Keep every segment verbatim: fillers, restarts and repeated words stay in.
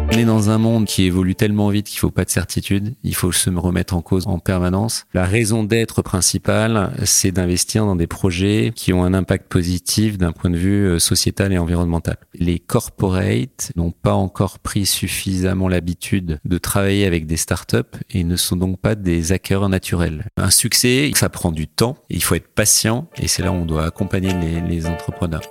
On est dans un monde qui évolue tellement vite qu'il faut pas de certitude. Il faut se remettre en cause en permanence. La raison d'être principale, c'est d'investir dans des projets qui ont un impact positif d'un point de vue sociétal et environnemental. Les corporates n'ont pas encore pris suffisamment l'habitude de travailler avec des startups et ne sont donc pas des hackers naturels. Un succès, ça prend du temps. Il faut être patient et c'est là où on doit accompagner les, les entrepreneurs.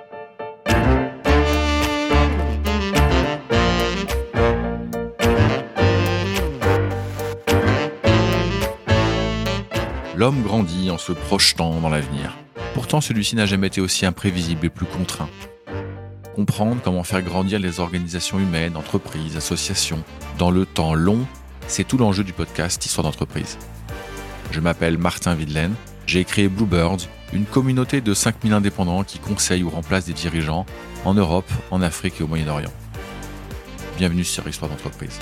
L'homme grandit en se projetant dans l'avenir. Pourtant, celui-ci n'a jamais été aussi imprévisible et plus contraint. Comprendre comment faire grandir les organisations humaines, entreprises, associations, dans le temps long, c'est tout l'enjeu du podcast Histoire d'entreprise. Je m'appelle Martin Videlaine, j'ai créé Bluebird, une communauté de cinq mille indépendants qui conseillent ou remplacent des dirigeants en Europe, en Afrique et au Moyen-Orient. Bienvenue sur Histoire d'entreprise.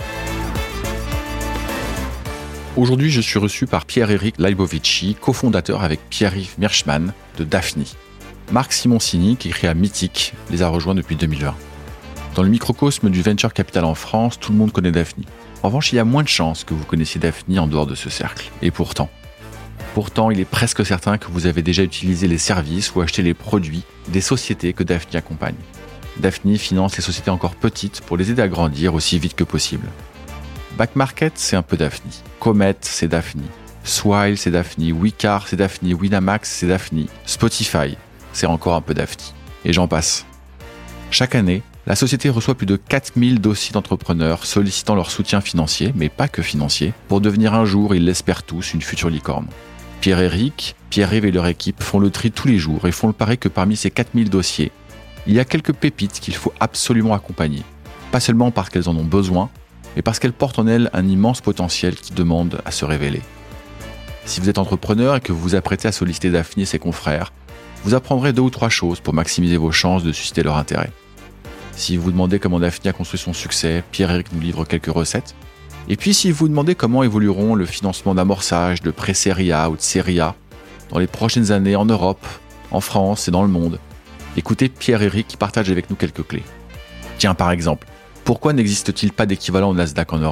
Aujourd'hui, je suis reçu par Pierre-Éric Leibovici, cofondateur avec Pierre-Yves Merschmann de Daphni. Marc Simoncini, qui crée à Mythique, les a rejoints depuis deux mille vingt. Dans le microcosme du venture capital en France, tout le monde connaît Daphni. En revanche, il y a moins de chances que vous connaissiez Daphni en dehors de ce cercle. Et pourtant, pourtant, il est presque certain que vous avez déjà utilisé les services ou acheté les produits des sociétés que Daphni accompagne. Daphni finance les sociétés encore petites pour les aider à grandir aussi vite que possible. Back Market, c'est un peu Daphni. Comet, c'est Daphni. Swile, c'est Daphni. Wicar, c'est Daphni. Winamax, c'est Daphni. Spotify, c'est encore un peu Daphni. Et j'en passe. Chaque année, la société reçoit plus de quatre mille dossiers d'entrepreneurs sollicitant leur soutien financier, mais pas que financier, pour devenir un jour, ils l'espèrent tous, une future licorne. Pierre-Éric, Pierre-Yves et leur équipe font le tri tous les jours et font le pari que parmi ces quatre mille dossiers, il y a quelques pépites qu'il faut absolument accompagner. Pas seulement parce qu'elles en ont besoin, mais parce qu'elles portent en elles un immense potentiel qui demande à se révéler. Si vous êtes entrepreneur et que vous vous apprêtez à solliciter Daphni et ses confrères, vous apprendrez deux ou trois choses pour maximiser vos chances de susciter leur intérêt. Si vous vous demandez comment Daphni a construit son succès, Pierre-Éric nous livre quelques recettes. Et puis si vous vous demandez comment évolueront le financement d'amorçage, de pré-série A ou de série A dans les prochaines années en Europe, en France et dans le monde, écoutez Pierre-Éric qui partage avec nous quelques clés. Tiens, par exemple, pourquoi n'existe-t-il pas d'équivalent au Nasdaq en Europe ?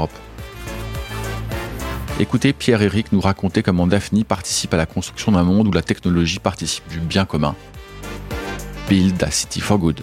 Écoutez Pierre-Éric nous raconter comment Daphni participe à la construction d'un monde où la technologie participe du bien commun. Build a City for Good.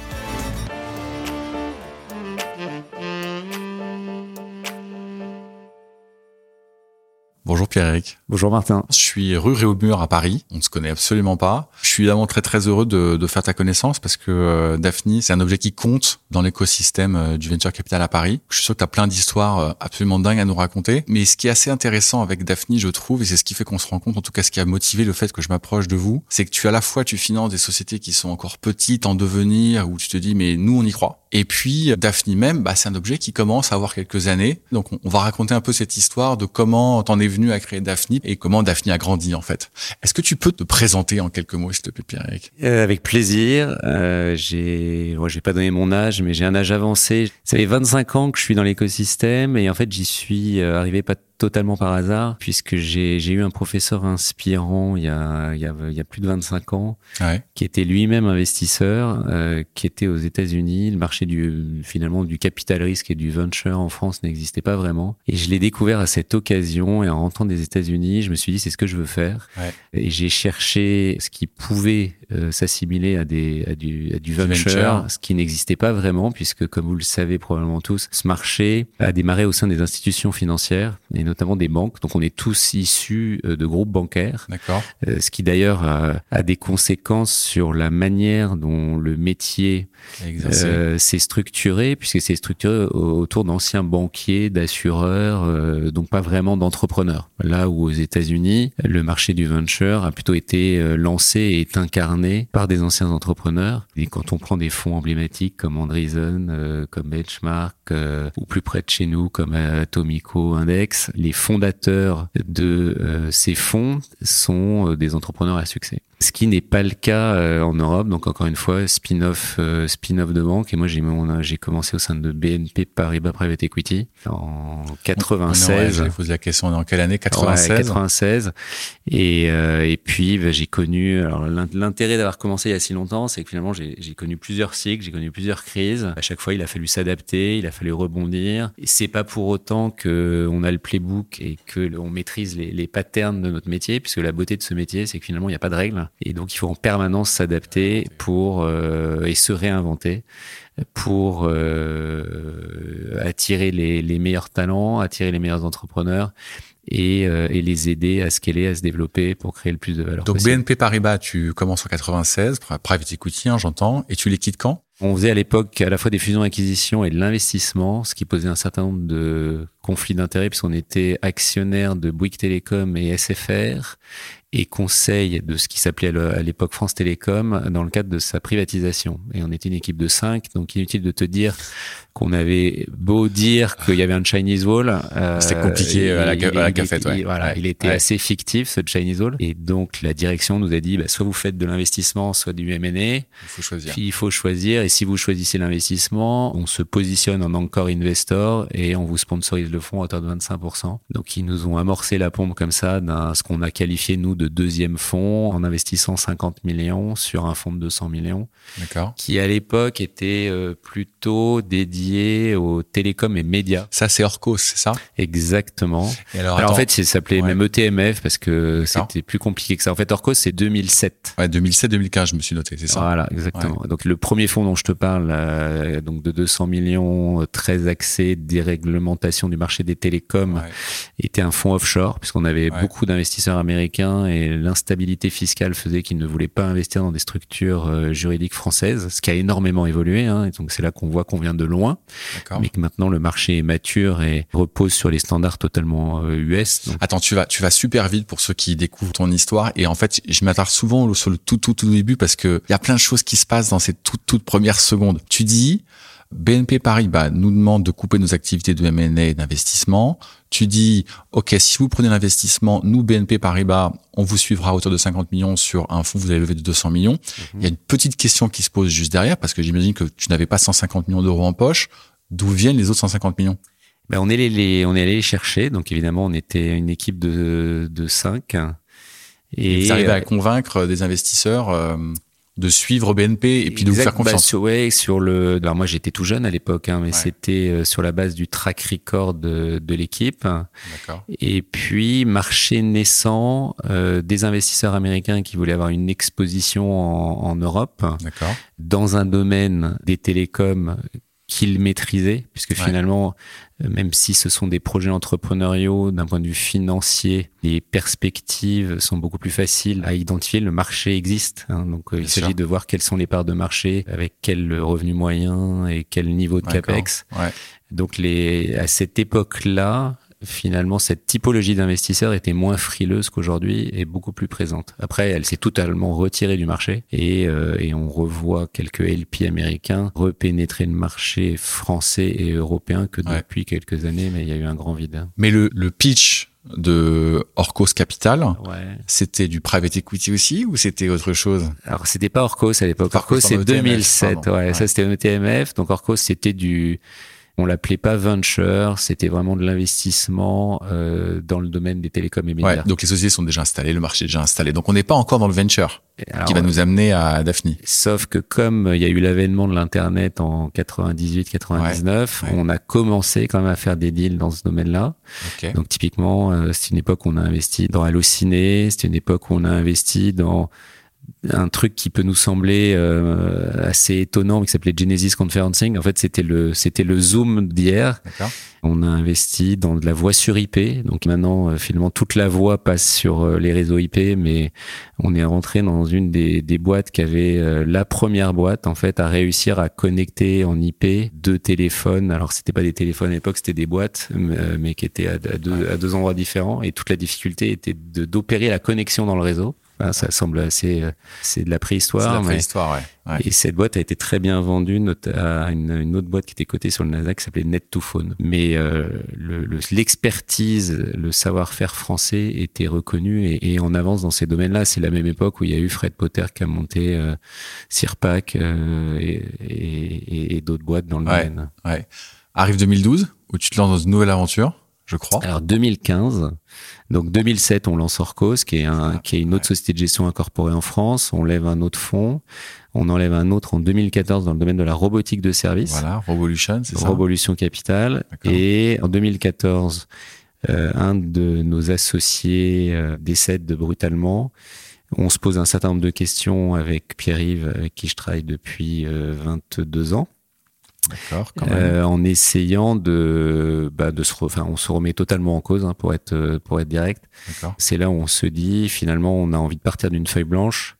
Bonjour Pierre-Éric. Bonjour Martin. Je suis rue Réaumur à Paris. On ne se connaît absolument pas. Je suis évidemment très très heureux de, de faire ta connaissance parce que euh, Daphni, c'est un objet qui compte dans l'écosystème euh, du venture capital à Paris. Je suis sûr que tu as plein d'histoires euh, absolument dingues à nous raconter. Mais ce qui est assez intéressant avec Daphni, je trouve, et c'est ce qui fait qu'on se rend compte, en tout cas ce qui a motivé le fait que je m'approche de vous, c'est que tu à la fois tu finances des sociétés qui sont encore petites en devenir, où tu te dis mais nous on y croit. Et puis Daphni même, bah, c'est un objet qui commence à avoir quelques années. Donc on, on va raconter un peu cette histoire de comment t'en es venu à créer Daphni et comment Daphni a grandi en fait. Est-ce que tu peux te présenter en quelques mots, s'il te plaît, Pierre-Éric ? euh, Avec plaisir. Euh, j'ai, moi, j'ai pas donné mon âge, mais j'ai un âge avancé. Ça fait vingt-cinq ans que je suis dans l'écosystème et en fait, j'y suis arrivé pas totalement par hasard, puisque j'ai, j'ai eu un professeur inspirant il y a, il y a, il y a plus de vingt-cinq ans, ouais. qui était lui-même investisseur, euh, qui était aux États-Unis. Le marché du, finalement, du capital risque et du venture en France n'existait pas vraiment. Et je l'ai découvert à cette occasion et en rentrant des États-Unis, je me suis dit, c'est ce que je veux faire. Ouais. Et j'ai cherché ce qui pouvait euh, s'assimiler à des, à du, à du venture, venture, ce qui n'existait pas vraiment, puisque comme vous le savez probablement tous, ce marché a démarré au sein des institutions financières et notamment des banques. Donc on est tous issus de groupes bancaires. D'accord. Euh, ce qui d'ailleurs a, a des conséquences sur la manière dont le métier euh, s'est structuré, puisque c'est structuré autour d'anciens banquiers, d'assureurs, euh, donc pas vraiment d'entrepreneurs. Là où aux États-Unis, le marché du venture a plutôt été lancé et est incarné par des anciens entrepreneurs. Et quand on prend des fonds emblématiques comme Andreessen, euh, comme Benchmark, euh, ou plus près de chez nous comme Atomico Index, les fondateurs de euh, ces fonds sont euh, des entrepreneurs à succès. Ce qui n'est pas le cas euh, en Europe. Donc encore une fois, spin-off, euh, spin-off de banque. Et moi, j'ai, mon, j'ai commencé au sein de B N P Paribas Private Equity en quatre-vingt-seize. Ouais, je pose la question, en quelle année? quatre-vingt-seize. Ouais, quatre-vingt-seize. Et, euh, et puis, bah, j'ai connu, alors l'intérêt d'avoir commencé il y a si longtemps, c'est que finalement, j'ai, j'ai connu plusieurs cycles, j'ai connu plusieurs crises. À chaque fois, il a fallu s'adapter, il a fallu rebondir. Et c'est pas pour autant que on a le playbook et que on maîtrise les, les patterns de notre métier, puisque la beauté de ce métier, c'est que finalement, il n'y a pas de règles. Et donc, il faut en permanence s'adapter pour euh, et se réinventer pour euh, attirer les, les meilleurs talents, attirer les meilleurs entrepreneurs et, euh, et les aider à scaler, à se développer pour créer le plus de valeur Donc possible. B N P Paribas, tu commences en quatre-vingt-seize, private equity, hein, j'entends, et tu les quittes quand? On faisait à l'époque à la fois des fusions-acquisitions et de l'investissement, ce qui posait un certain nombre de conflits d'intérêts puisqu'on était actionnaire de Bouygues Télécom et S F R et conseil de ce qui s'appelait à l'époque France Télécom dans le cadre de sa privatisation. Et on était une équipe de cinq, donc inutile de te dire qu'on avait beau dire qu'il y avait un Chinese Wall. Euh, C'était compliqué à la, il, à la il, cafette, ouais. Il, voilà, ouais. il était ouais. assez fictif, ce Chinese Wall. Et donc, la direction nous a dit, bah, soit vous faites de l'investissement, soit du M and A. Il faut choisir. Puis, il faut choisir. Et si vous choisissez l'investissement, on se positionne en anchor investor et on vous sponsorise le fonds à hauteur de vingt-cinq pour cent. Donc, ils nous ont amorcé la pompe comme ça d'un, ce qu'on a qualifié, nous, de deuxième fonds en investissant cinquante millions sur un fonds de deux cents millions. D'accord. Qui, à l'époque, était euh, plutôt dédié aux télécoms et médias. Ça, c'est Orcos, c'est ça? Exactement. Et alors, alors en fait, ça s'appelait ouais. même E T M F parce que D'accord. c'était plus compliqué que ça. En fait, Orcos, c'est deux mille sept. Ouais, deux mille sept deux mille quinze, je me suis noté, c'est ça? Voilà, exactement. Ouais. Donc, le premier fonds dont je te parle, euh, donc de deux cents millions, très axé déréglementation du marché des télécoms, ouais. était un fonds offshore puisqu'on avait ouais. beaucoup d'investisseurs américains et l'instabilité fiscale faisait qu'ils ne voulaient pas investir dans des structures euh, juridiques françaises, ce qui a énormément évolué. Hein, et donc, c'est là qu'on voit qu'on vient de loin. D'accord. Mais que maintenant le marché est mature et repose sur les standards totalement euh, U S. Donc... Attends, tu vas, tu vas super vite pour ceux qui découvrent ton histoire. Et en fait, je m'attarde souvent sur le tout, tout, tout début parce que il y a plein de choses qui se passent dans ces toutes, toutes premières secondes. Tu dis, B N P Paribas nous demande de couper nos activités de M and A et d'investissement. Tu dis, OK, si vous prenez l'investissement, nous, B N P Paribas, on vous suivra à hauteur de cinquante millions sur un fonds que vous avez levé de deux cents millions. Mm-hmm. Il y a une petite question qui se pose juste derrière parce que j'imagine que tu n'avais pas cent cinquante millions d'euros en poche. D'où viennent les autres cent cinquante millions? Ben, on est les, les, on est allé les chercher. Donc, évidemment, on était une équipe de, de cinq. Et, et vous arrivez à convaincre des investisseurs, euh, de suivre B N P et puis exact, de vous faire confiance. Bah, sur, ouais, sur le, alors moi, j'étais tout jeune à l'époque, hein, mais ouais. c'était sur la base du track record de, de l'équipe. D'accord. Et puis, marché naissant, euh, des investisseurs américains qui voulaient avoir une exposition en, en Europe. D'accord. Dans un domaine des télécoms qu'ils maîtrisaient, puisque ouais. finalement, même si ce sont des projets entrepreneuriaux, d'un point de vue financier, les perspectives sont beaucoup plus faciles à identifier. Le marché existe, hein, donc Bien il sûr. s'agit de voir quelles sont les parts de marché, avec quel revenu moyen et quel niveau de D'accord. capex. Ouais. Donc les, à cette époque-là, finalement, cette typologie d'investisseurs était moins frileuse qu'aujourd'hui et beaucoup plus présente. Après, elle s'est totalement retirée du marché et, euh, et on revoit quelques L P américains repénétrer le marché français et européen que depuis ouais. quelques années, mais il y a eu un grand vide. Mais le, le pitch de Orcos Capital, ouais. c'était du private equity aussi ou c'était autre chose? Alors, c'était pas Orcos à l'époque. Orcos, c'est deux mille sept. Ouais, ouais, ça, c'était un E T M F. Donc, Orcos, c'était du... On l'appelait pas venture, c'était vraiment de l'investissement euh, dans le domaine des télécoms et médias. Ouais, donc les sociétés sont déjà installées, le marché est déjà installé. Donc on n'est pas encore dans le venture alors, qui va nous amener à Daphni. Sauf que comme il y a eu l'avènement de l'internet en quatre-vingt-dix-huit quatre-vingt-dix-neuf, ouais, ouais. on a commencé quand même à faire des deals dans ce domaine-là. Okay. Donc typiquement, euh, c'est une époque où on a investi dans Allociné, c'est une époque où on a investi dans un truc qui peut nous sembler euh, assez étonnant, mais qui s'appelait Genesis Conferencing. En fait, c'était le c'était le Zoom d'hier. D'accord. On a investi dans de la voix sur I P. Donc maintenant, euh, finalement, toute la voix passe sur euh, les réseaux I P, mais on est rentré dans une des, des boîtes qui avait euh, la première boîte, en fait, à réussir à connecter en I P deux téléphones. Alors, c'était pas des téléphones à l'époque, c'était des boîtes, euh, mais qui étaient à, à, deux, à deux endroits différents. Et toute la difficulté était de, d'opérer la connexion dans le réseau. Enfin, ça semble assez, euh, c'est de la préhistoire. C'est de la mais- préhistoire, ouais. ouais. Et cette boîte a été très bien vendue not- à une, une autre boîte qui était cotée sur le Nasdaq qui s'appelait Net2Phone. Mais euh, le, le- l'expertise, le savoir-faire français était reconnu et, et en avance dans ces domaines-là. C'est la même époque où il y a eu Fred Potter qui a monté euh, Sirpac euh, et, et, et d'autres boîtes dans le Ouais. domaine. Ouais. Arrive deux mille douze, où tu te lances dans une nouvelle aventure, je crois. Alors deux mille quinze, donc deux mille sept, on lance Orcos, qui est, un, Ah, qui est une autre ouais. société de gestion incorporée en France. On lève un autre fonds. On enlève un autre en deux mille quatorze dans le domaine de la robotique de service. Voilà, Revolution, c'est ça. Revolution Capital. D'accord. Et en deux mille quatorze, euh, un de nos associés euh, décède brutalement. On se pose un certain nombre de questions avec Pierre-Yves, avec qui je travaille depuis euh, vingt-deux ans. D'accord, quand même. Euh, en essayant de, bah, de se, re, enfin, on se remet totalement en cause, hein, pour être, pour être direct. D'accord. C'est là où on se dit, finalement, on a envie de partir d'une feuille blanche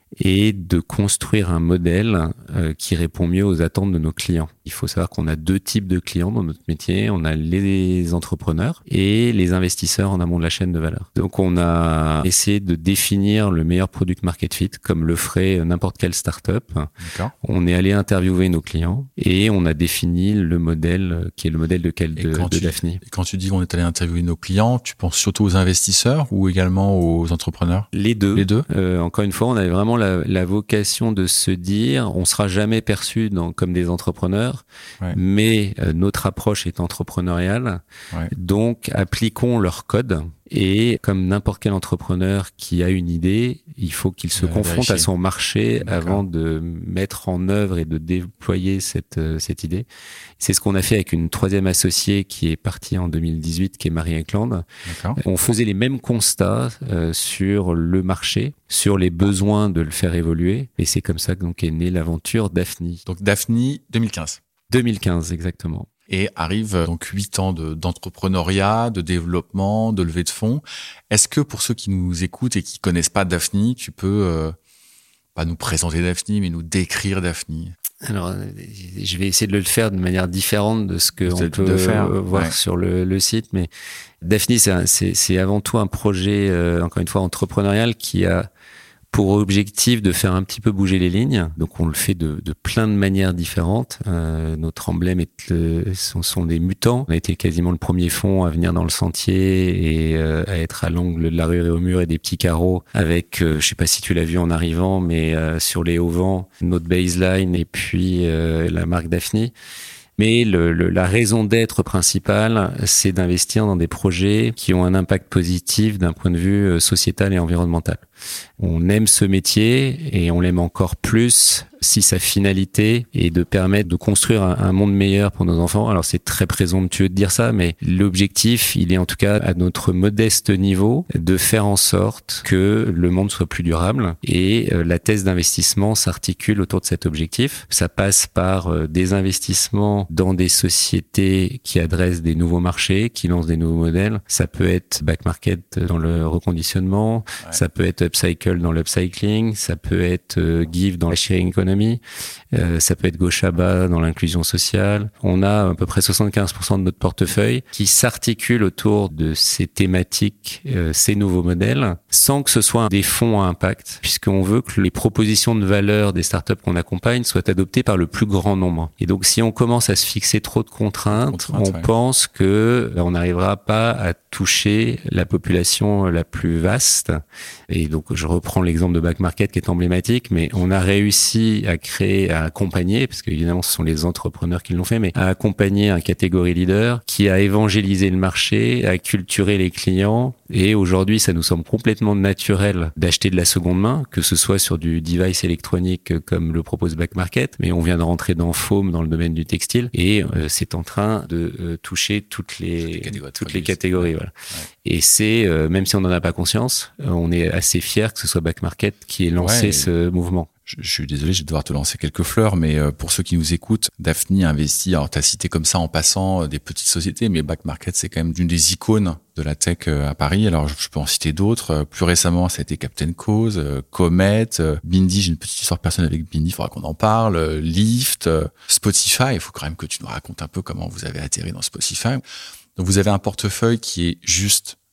et de construire un modèle euh, qui répond mieux aux attentes de nos clients. Il faut savoir qu'on a deux types de clients dans notre métier. On a les entrepreneurs et les investisseurs en amont de la chaîne de valeur. Donc, on a essayé de définir le meilleur product market fit, comme le ferait n'importe quelle startup. D'accord. On est allé interviewer nos clients et on a défini le modèle qui est le modèle de, quel, Et de, quand de tu- Daphne. Et quand tu dis qu'on est allé interviewer nos clients, tu penses surtout aux investisseurs ou également aux entrepreneurs? Les deux. Les deux. Euh, encore une fois, on avait vraiment la, la vocation de se dire, on sera jamais perçu dans, comme des entrepreneurs, Ouais. mais euh, notre approche est entrepreneuriale. Ouais. Donc, appliquons leur code. Et comme n'importe quel entrepreneur qui a une idée, il faut qu'il se Euh, confronte vérifier. à son marché D'accord. avant de mettre en œuvre et de déployer cette, euh, cette idée. C'est ce qu'on a fait avec une troisième associée qui est partie en deux mille dix-huit, qui est Marie Eckland. D'accord. On faisait les mêmes constats euh, sur le marché, sur les besoins de le faire évoluer. Et c'est comme ça que donc est née l'aventure Daphne. Donc Daphne, deux mille quinze. deux mille quinze, exactement. Et arrive euh, donc huit ans de, d'entrepreneuriat, de développement, de levée de fonds. Est-ce que pour ceux qui nous écoutent et qui connaissent pas Daphne, tu peux euh, pas nous présenter Daphne, mais nous décrire Daphne? Alors, euh, je vais essayer de le faire de manière différente de ce que Vous on avez peut de faire, euh, voir ouais. sur le, le site. Mais Daphne, c'est, un- c'est, c'est avant tout un projet, euh, encore une fois, entrepreneurial qui a pour objectif de faire un petit peu bouger les lignes. Donc, on le fait de, de plein de manières différentes. Euh, notre emblème est le, sont, sont des mutants. On a été quasiment le premier fonds à venir dans le sentier et euh, à être à l'angle de la rue Réaumur et des petits carreaux avec, euh, je sais pas si tu l'as vu en arrivant, mais euh, sur les auvents, notre baseline et puis euh, la marque Daphne. Mais le, le, la raison d'être principale, c'est d'investir dans des projets qui ont un impact positif d'un point de vue sociétal et environnemental. On aime ce métier et on l'aime encore plus si sa finalité est de permettre de construire un, un monde meilleur pour nos enfants. Alors c'est très présomptueux de dire ça, mais l'objectif, il est en tout cas à notre modeste niveau de faire en sorte que le monde soit plus durable. Et euh, la thèse d'investissement s'articule autour de cet objectif. Ça passe par euh, des investissements dans des sociétés qui adressent des nouveaux marchés, qui lancent des nouveaux modèles. Ça peut être back market dans le reconditionnement, Ouais. ça peut être upcycle dans l'upcycling, ça peut être euh, give dans la sharing economy, euh, ça peut être Goshaba dans l'inclusion sociale. On a à peu près soixante-quinze pour cent de notre portefeuille qui s'articule autour de ces thématiques, euh, ces nouveaux modèles, sans que ce soit des fonds à impact, puisqu'on veut que les propositions de valeur des startups qu'on accompagne soient adoptées par le plus grand nombre. Et donc, si on commence à se fixer trop de contraintes, Contraintes, on ouais. pense que on n'arrivera pas à toucher la population la plus vaste. Et donc, je reprends l'exemple de Back Market qui est emblématique, mais on a réussi à créer, à accompagner, parce qu'évidemment, ce sont les entrepreneurs qui l'ont fait, mais à accompagner un catégorie leader qui a évangélisé le marché, a culturé les clients. Et aujourd'hui, ça nous semble complètement naturel d'acheter de la seconde main, que ce soit sur du device électronique comme le propose Back Market, mais on vient de rentrer dans Foam dans le domaine du textile et euh, c'est en train de euh, toucher toutes les, Toutes les catégories de toutes les produits. catégories. Voilà. Ouais. Et c'est, euh, même si on n'en a pas conscience, euh, on est assez fiers que ce soit Back Market qui ait lancé Ouais. ce mouvement. Je, je suis désolé, je vais devoir te lancer quelques fleurs, mais euh, pour ceux qui nous écoutent, Daphne investit, alors tu as cité comme ça en passant euh, des petites sociétés, mais Back Market, c'est quand même d'une des icônes de la tech euh, à Paris. Alors je, je peux en citer d'autres. Euh, plus récemment, ça a été Captain Cause, euh, Comet, euh, Bindi, j'ai une petite histoire personnelle avec Bindi, il faudra qu'on en parle, euh, Lyft, euh, Spotify, il faut quand même que tu nous racontes un peu comment vous avez atterri dans Spotify. Donc vous avez un portefeuille qui est juste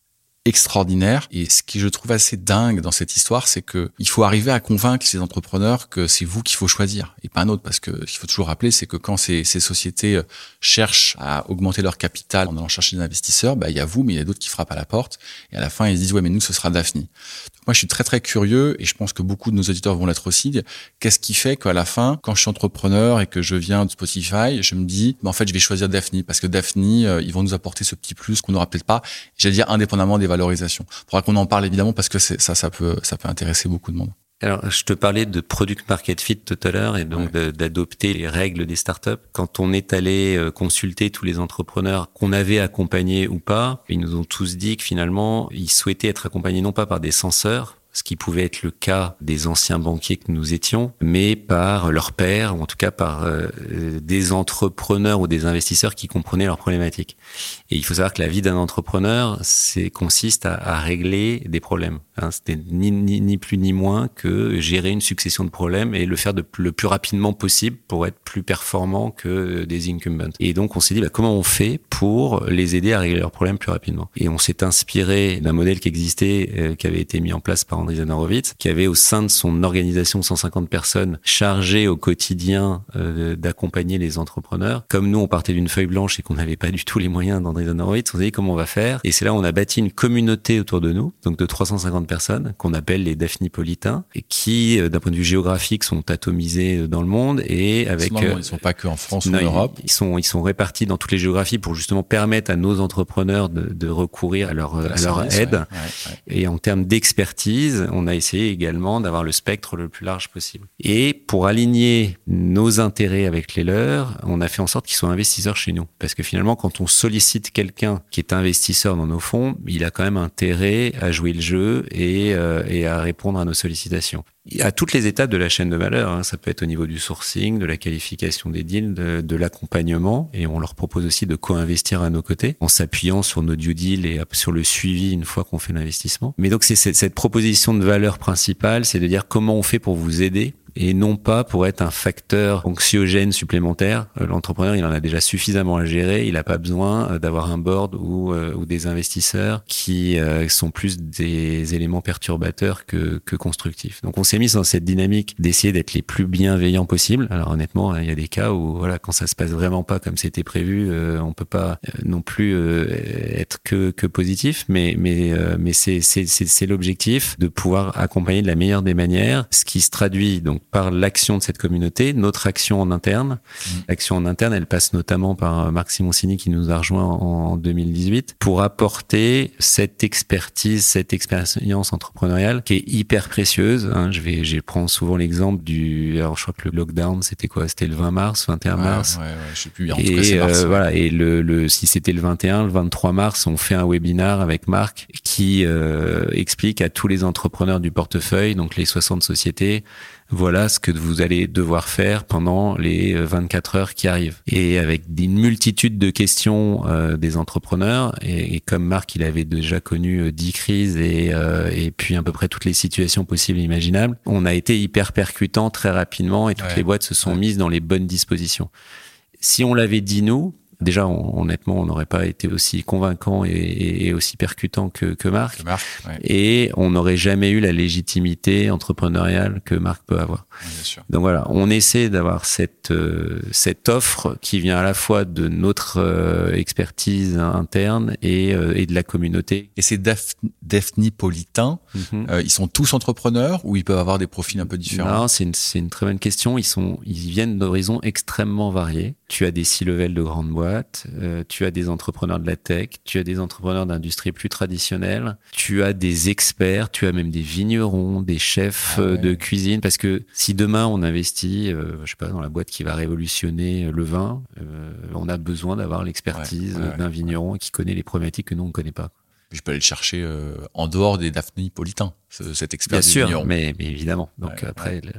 extraordinaire. Et ce qui je trouve assez dingue dans cette histoire, c'est que il faut arriver à convaincre ces entrepreneurs que c'est vous qu'il faut choisir et pas un autre. Parce que ce qu'il faut toujours rappeler, c'est que quand ces, ces sociétés cherchent à augmenter leur capital en allant chercher des investisseurs, bah, il y a vous, mais il y a d'autres qui frappent à la porte. Et à la fin, ils se disent, ouais, mais nous, ce sera Daphni. Donc moi, je suis très, très curieux et je pense que beaucoup de nos auditeurs vont l'être aussi. Qu'est-ce qui fait qu'à la fin, quand je suis entrepreneur et que je viens de Spotify, je me dis, bah, en fait, je vais choisir Daphni parce que Daphni, euh, ils vont nous apporter ce petit plus qu'on n'aura peut-être pas, j'allais dire, indépendamment des valorisations. Il faudra qu'on en parle évidemment parce que c'est, ça, ça peut, ça peut intéresser beaucoup de monde. Alors, je te parlais de product market fit tout à l'heure et donc ouais. de, d'adopter les règles des startups. Quand on est allé consulter tous les entrepreneurs qu'on avait accompagnés ou pas, ils nous ont tous dit que finalement, ils souhaitaient être accompagnés non pas par des censeurs, ce qui pouvait être le cas des anciens banquiers que nous étions, mais par leurs pairs, ou en tout cas par euh, des entrepreneurs ou des investisseurs qui comprenaient leurs problématiques. Et il faut savoir que la vie d'un entrepreneur, c'est consiste à, à régler des problèmes. Hein, c'était ni, ni, ni plus ni moins que gérer une succession de problèmes et le faire de, le plus rapidement possible pour être plus performant que des incumbents. Et donc on s'est dit bah, comment on fait pour les aider à régler leurs problèmes plus rapidement. Et on s'est inspiré d'un modèle qui existait, euh, qui avait été mis en place par Andreessen Horowitz, qui avait au sein de son organisation cent cinquante personnes chargées au quotidien euh, d'accompagner les entrepreneurs. Comme nous, on partait d'une feuille blanche et qu'on n'avait pas du tout les moyens d'Andreessen Horowitz, on s'est dit comment on va faire. Et c'est là où on a bâti une communauté autour de nous, donc de trois cent cinquante personnes, qu'on appelle les Daphnipolitains, et qui, euh, d'un point de vue géographique, sont atomisés dans le monde et avec... Non, non, ils sont pas que en France non, ou en Europe. Ils sont, ils sont répartis dans toutes les géographies pour justement permettre à nos entrepreneurs de, de recourir à leur, à leur aide. Ouais, ouais, ouais. Et en termes d'expertise, on a essayé également d'avoir le spectre le plus large possible. Et pour aligner nos intérêts avec les leurs, on a fait en sorte qu'ils soient investisseurs chez nous. Parce que finalement, quand on sollicite quelqu'un qui est investisseur dans nos fonds, il a quand même intérêt à jouer le jeu et, euh, et à répondre à nos sollicitations. À toutes les étapes de la chaîne de valeur, hein, ça peut être au niveau du sourcing, de la qualification des deals, de, de l'accompagnement, et on leur propose aussi de co-investir à nos côtés, en s'appuyant sur nos due deals et sur le suivi une fois qu'on fait l'investissement. Mais donc c'est cette, cette proposition de valeur principale, c'est de dire comment on fait pour vous aider, et non pas pour être un facteur anxiogène supplémentaire. L'entrepreneur, il en a déjà suffisamment à gérer, il n'a pas besoin d'avoir un board ou, euh, ou des investisseurs qui euh, sont plus des éléments perturbateurs que, que constructifs. Donc on s'est mis dans cette dynamique d'essayer d'être les plus bienveillants possibles. Alors honnêtement, il y a des cas où voilà, quand ça se passe vraiment pas comme c'était prévu, euh, on peut pas euh, non plus euh, être que, que positif, mais, mais, euh, mais c'est, c'est, c'est, c'est l'objectif de pouvoir accompagner de la meilleure des manières, ce qui se traduit donc par l'action de cette communauté, notre action en interne. Mmh. L'action en interne, elle passe notamment par Marc Simoncini qui nous a rejoint en deux mille dix-huit pour apporter cette expertise, cette expérience entrepreneuriale qui est hyper précieuse. Hein, je vais, je prends souvent l'exemple du, alors je crois que le lockdown, c'était quoi? C'était le vingt mars, vingt et un mars. Ouais, ouais, ouais, je sais plus. En tout et cas, c'est mars, euh, ouais. voilà. Et le, le, si c'était le vingt et un, le vingt-trois mars, on fait un webinar avec Marc qui euh, explique à tous les entrepreneurs du portefeuille, donc les soixante sociétés, voilà ce que vous allez devoir faire pendant les vingt-quatre heures qui arrivent. Et avec une multitude de questions euh, des entrepreneurs, et, et comme Marc, il avait déjà connu dix crises et, euh, et puis à peu près toutes les situations possibles et imaginables, on a été hyper percutant très rapidement et toutes ouais. les boîtes se sont ouais. mises dans les bonnes dispositions. Si on l'avait dit nous, déjà, on, honnêtement, on n'aurait pas été aussi convaincant et, et, et aussi percutant que, que Marc. Que Marc ouais. Et on n'aurait jamais eu la légitimité entrepreneuriale que Marc peut avoir. Oui, bien sûr. Donc voilà, on essaie d'avoir cette, euh, cette offre qui vient à la fois de notre euh, expertise interne et, euh, et de la communauté. Et ces Daph- Daphnipolitains, mm-hmm. euh, ils sont tous entrepreneurs ou ils peuvent avoir des profils un peu différents? Non, c'est une, c'est une très bonne question. Ils sont, ils viennent d'horizons extrêmement variés. Tu as des C-level de grandes boîtes, euh, tu as des entrepreneurs de la tech, tu as des entrepreneurs d'industrie plus traditionnelle, tu as des experts, tu as même des vignerons, des chefs ah ouais. de cuisine. Parce que si demain on investit, euh, je sais pas, dans la boîte qui va révolutionner le vin, euh, on a besoin d'avoir l'expertise ouais, ouais, d'un vigneron ouais. qui connaît les problématiques que nous on ne connaît pas. Je peux aller le chercher euh, en dehors des Daphnipolitains, ce, cet expert Bien du sûr, vigneron. mais, mais évidemment. Donc ouais, après, ouais, le, ouais.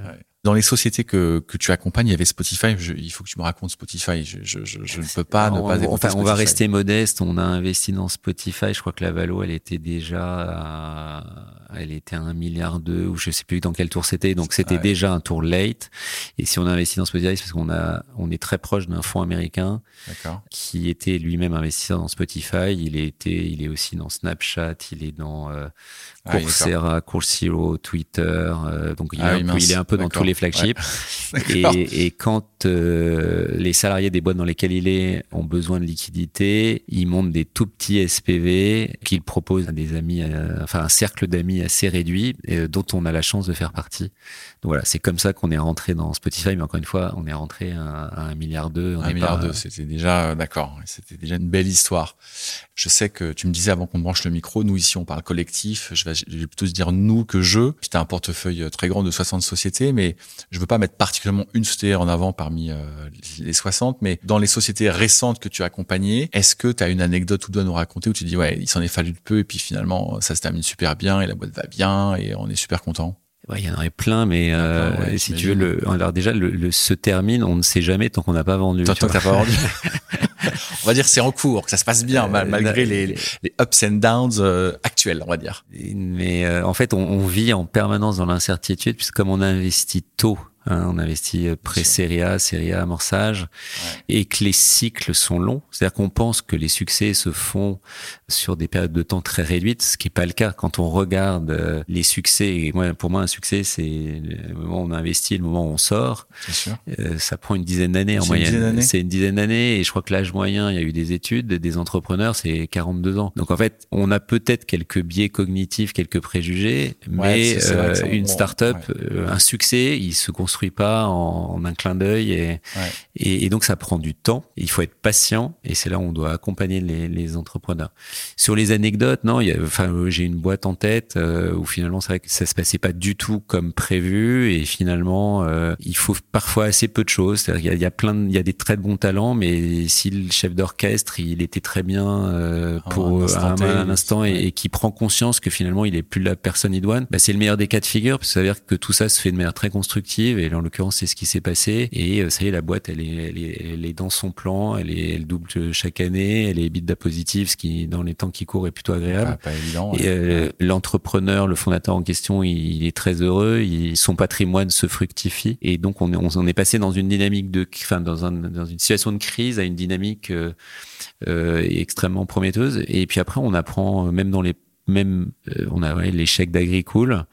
Dans les sociétés que, que tu accompagnes, il y avait Spotify. Je, il faut que tu me racontes Spotify. Je, je, je, je ne peux pas on, ne pas évoquer Enfin, Spotify. on va rester modeste. On a investi dans Spotify. Je crois que la valo, elle était déjà à, elle était à un milliard deux, ou je sais plus dans quel tour c'était. Donc, c'était ouais. déjà un tour late. Et si on a investi dans Spotify, c'est parce qu'on a, on est très proche d'un fonds américain D'accord. qui était lui-même investisseur dans Spotify. Il était, il est aussi dans Snapchat. Il est dans euh, Coursera, ah, Coursero, Twitter. Euh, donc, il, ah, est oui, peu, il est un peu d'accord. dans tous les flagships. Ouais. et, et quand euh, les salariés des boîtes dans lesquelles il est ont besoin de liquidité, il monte des tout petits S P V qu'il propose à des amis, euh, enfin un cercle d'amis assez réduit, euh, dont on a la chance de faire partie. Donc voilà, c'est comme ça qu'on est rentré dans Spotify, mais encore une fois, on est rentré à, à un milliard deux. Un milliard deux, c'était déjà euh, d'accord, c'était déjà une belle histoire. Je sais que tu me disais avant qu'on branche le micro, nous ici on parle collectif. Je vais, je vais plutôt se dire nous que je. J'étais un portefeuille très grand de soixante sociétés, mais je veux pas mettre particulièrement une société en avant parmi euh, les soixante, mais dans les sociétés récentes que tu as accompagnées, est-ce que tu as une anecdote où tu dois nous raconter où tu dis ouais, il s'en est fallu de peu et puis finalement ça se termine super bien et la boîte va bien et on est super content? Ouais, il y en aurait plein, mais euh, ah, ouais, si tu veux, le, alors déjà, le, le se termine, on ne sait jamais tant qu'on n'a pas vendu. Tant, tant que t'as pas vendu. On va dire c'est en cours, que ça se passe bien, euh, malgré les, les ups and downs euh, actuels, on va dire. Mais euh, en fait, on, on vit en permanence dans l'incertitude, puisque comme on a investi tôt, hein, on investit pré-série A, série A, amorçage, ouais. et que les cycles sont longs. C'est-à-dire qu'on pense que les succès se font sur des périodes de temps très réduites, ce qui n'est pas le cas. Quand on regarde euh, les succès, et moi, pour moi, un succès, c'est le moment où on investit, le moment où on sort. Sûr. Euh, ça prend une dizaine d'années en c'est moyenne. Une c'est une dizaine d'années, et je crois que l'âge moyen, il y a eu des études, des entrepreneurs, c'est quarante-deux ans. Donc en fait, on a peut-être quelques biais cognitifs, quelques préjugés, ouais, mais euh, une start-up, ouais. euh, un succès, il se construit pas en, en un clin d'œil et, ouais. et, et donc ça prend du temps. Il faut être patient et c'est là où on doit accompagner les, les entrepreneurs. Sur les anecdotes, non, il y a, enfin, j'ai une boîte en tête euh, où finalement c'est vrai que ça se passait pas du tout comme prévu et finalement euh, il faut parfois assez peu de choses. C'est-à-dire qu'il y a, il y a plein, de, il y a des très bons talents, mais si le chef d'orchestre il était très bien euh, pour un instant, un, un instant et, et qui prend conscience que finalement il est plus la personne idoine, bah c'est le meilleur des cas de figure parce que ça veut dire que tout ça se fait de manière très constructive. Et en l'occurrence, c'est ce qui s'est passé. Et ça y est, la boîte, elle est, elle est, elle est dans son plan. Elle est, elle double chaque année. Elle est EBITDA positive, ce qui, dans les temps qui courent, est plutôt agréable. Ah, pas évident. Et ouais. euh, l'entrepreneur, le fondateur en question, il, il est très heureux. Il, son patrimoine se fructifie. Et donc, on est, on est passé dans une dynamique de, enfin, dans, un, dans une situation de crise à une dynamique euh, euh, extrêmement prometteuse. Et puis après, on apprend, même dans les, même, euh, on a ouais, l'échec d'Agricool.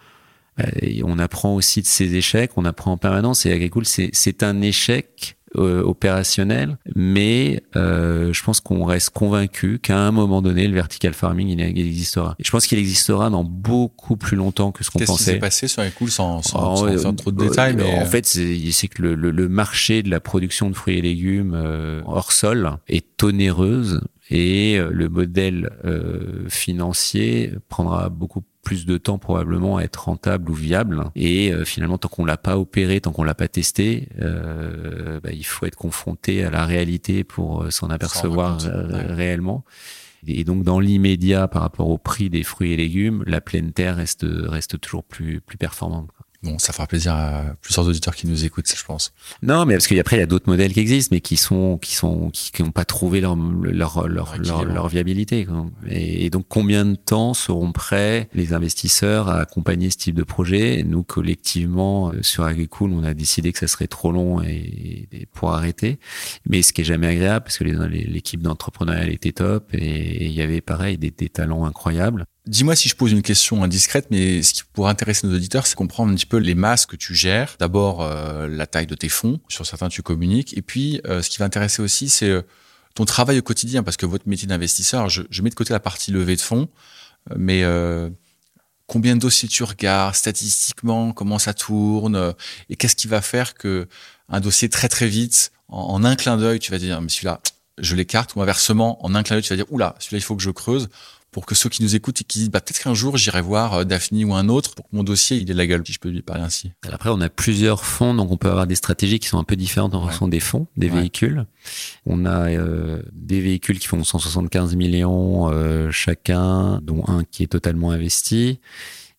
Et on apprend aussi de ces échecs, on apprend en permanence. Et Agricool, c'est, c'est un échec euh, opérationnel, mais euh, je pense qu'on reste convaincu qu'à un moment donné, le vertical farming, il, il existera. Et je pense qu'il existera dans beaucoup plus longtemps que ce qu'on Qu'est-ce pensait. Qu'est-ce qui s'est passé sur Agricool sans, sans, sans, sans, sans trop de détails mais... En fait, c'est, c'est que le, le, le marché de la production de fruits et légumes euh, hors sol est onéreuse et le modèle euh, financier prendra beaucoup plus de temps probablement à être rentable ou viable. Et euh, finalement, tant qu'on l'a pas opéré, tant qu'on l'a pas testé, euh, bah, il faut être confronté à la réalité pour euh, s'en apercevoir s'en euh, ouais. réellement. Et donc, dans l'immédiat, par rapport au prix des fruits et légumes, la pleine terre reste reste toujours plus plus performante. Bon, ça fera plaisir à plusieurs auditeurs qui nous écoutent, je pense. Non, mais parce qu'après il y a d'autres modèles qui existent, mais qui sont qui sont qui n'ont pas trouvé leur leur leur leur, leur viabilité. Quoi. Et, et donc combien de temps seront prêts les investisseurs à accompagner ce type de projet? Nous collectivement sur Agricool, on a décidé que ça serait trop long et, et pour arrêter. Mais ce qui est jamais agréable, parce que les, les, l'équipe d'entrepreneurs était top et il y avait pareil des, des talents incroyables. Dis-moi si je pose une question indiscrète, mais ce qui pourrait intéresser nos auditeurs, c'est comprendre un petit peu les masses que tu gères. D'abord, euh, la taille de tes fonds, sur certains tu communiques. Et puis, euh, ce qui va intéresser aussi, c'est euh, ton travail au quotidien, parce que votre métier d'investisseur, je, je mets de côté la partie levée de fonds, mais euh, combien de dossiers tu regardes, statistiquement, comment ça tourne, euh, et qu'est-ce qui va faire que un dossier très très vite, en, en un clin d'œil, tu vas dire, mais celui-là, je l'écarte, ou inversement, en un clin d'œil, tu vas dire, oula, celui-là, il faut que je creuse. Pour que ceux qui nous écoutent et qui disent bah, peut-être qu'un jour j'irai voir Daphni ou un autre pour que mon dossier il ait la gueule, si je peux lui parler ainsi. Après on a plusieurs fonds, donc on peut avoir des stratégies qui sont un peu différentes en fonction ouais. des fonds, des ouais. véhicules. On a euh, des véhicules qui font cent soixante-quinze millions euh, chacun, dont un qui est totalement investi.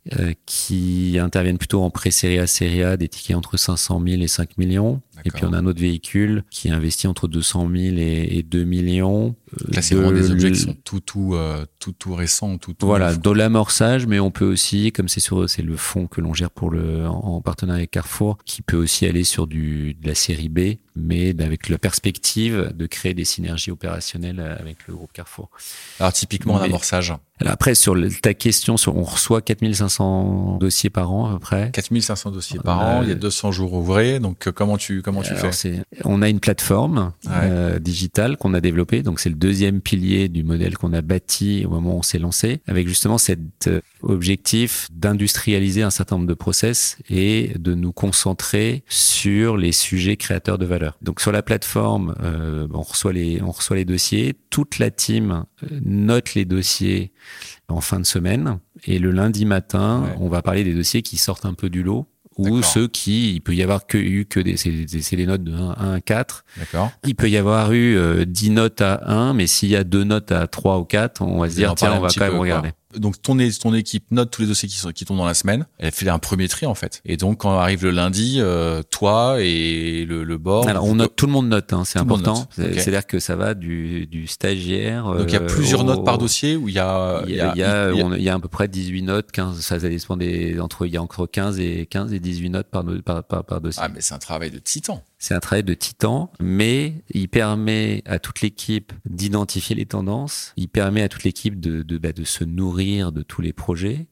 euh, qui interviennent plutôt en pré-série A, série A, des tickets entre cinq cent mille et cinq millions. D'accord. Et puis on a un autre véhicule qui investit entre deux cent mille et, et deux millions. Là, c'est de vraiment des objets qui sont tout, tout, euh, tout, tout récents, tout, tout Voilà, neuf. de l'amorçage, mais on peut aussi, comme c'est sur c'est le fonds que l'on gère pour le en, en partenariat avec Carrefour, qui peut aussi aller sur du de la série B, mais avec la perspective de créer des synergies opérationnelles avec le groupe Carrefour. Alors typiquement, un amorçage. Alors après, sur le, ta question, sur, on reçoit quatre mille cinq cents dossiers par an à peu près. quatre mille cinq cents dossiers par euh, an, il y a deux cents jours ouvrés. Donc comment tu comment tu alors, fais c'est, On a une plateforme ouais. euh, digitale qu'on a développée. Donc c'est le deuxième pilier du modèle qu'on a bâti au moment où on s'est lancé, avec justement cet euh, objectif d'industrialiser un certain nombre de process et de nous concentrer sur les sujets créateurs de valeur. Donc sur la plateforme, euh, on reçoit les on reçoit les dossiers. Toute la team note les dossiers en fin de semaine et le lundi matin, ouais. on va parler des dossiers qui sortent un peu du lot ou D'accord. ceux qui, il peut y avoir que eu que des, c'est, c'est les notes de un à quatre. D'accord. Il peut y avoir eu euh, dix notes à un, mais s'il y a deux notes à trois ou quatre, on va se dire tiens, on va quand même regarder. Quoi. Donc ton, ton équipe note tous les dossiers qui, sont, qui tombent dans la semaine. Elle fait un premier tri en fait. Et donc quand arrive le lundi, euh, toi et le, le board. Alors on note, tout le monde note, hein, c'est important. C'est, okay. C'est-à-dire que ça va du, du stagiaire. Donc il y a plusieurs au, notes par dossier où il y a. Il y a, il y a, il y a, on, il y a à peu près dix-huit notes, quinze. Ça, ça dépend des entre. Il y a entre quinze et quinze et dix-huit notes par par par, par dossier. Ah mais c'est un travail de titan. C'est un travail de titan, mais il permet à toute l'équipe d'identifier les tendances. Il permet à toute l'équipe de de, bah, de se nourrir de tous les projets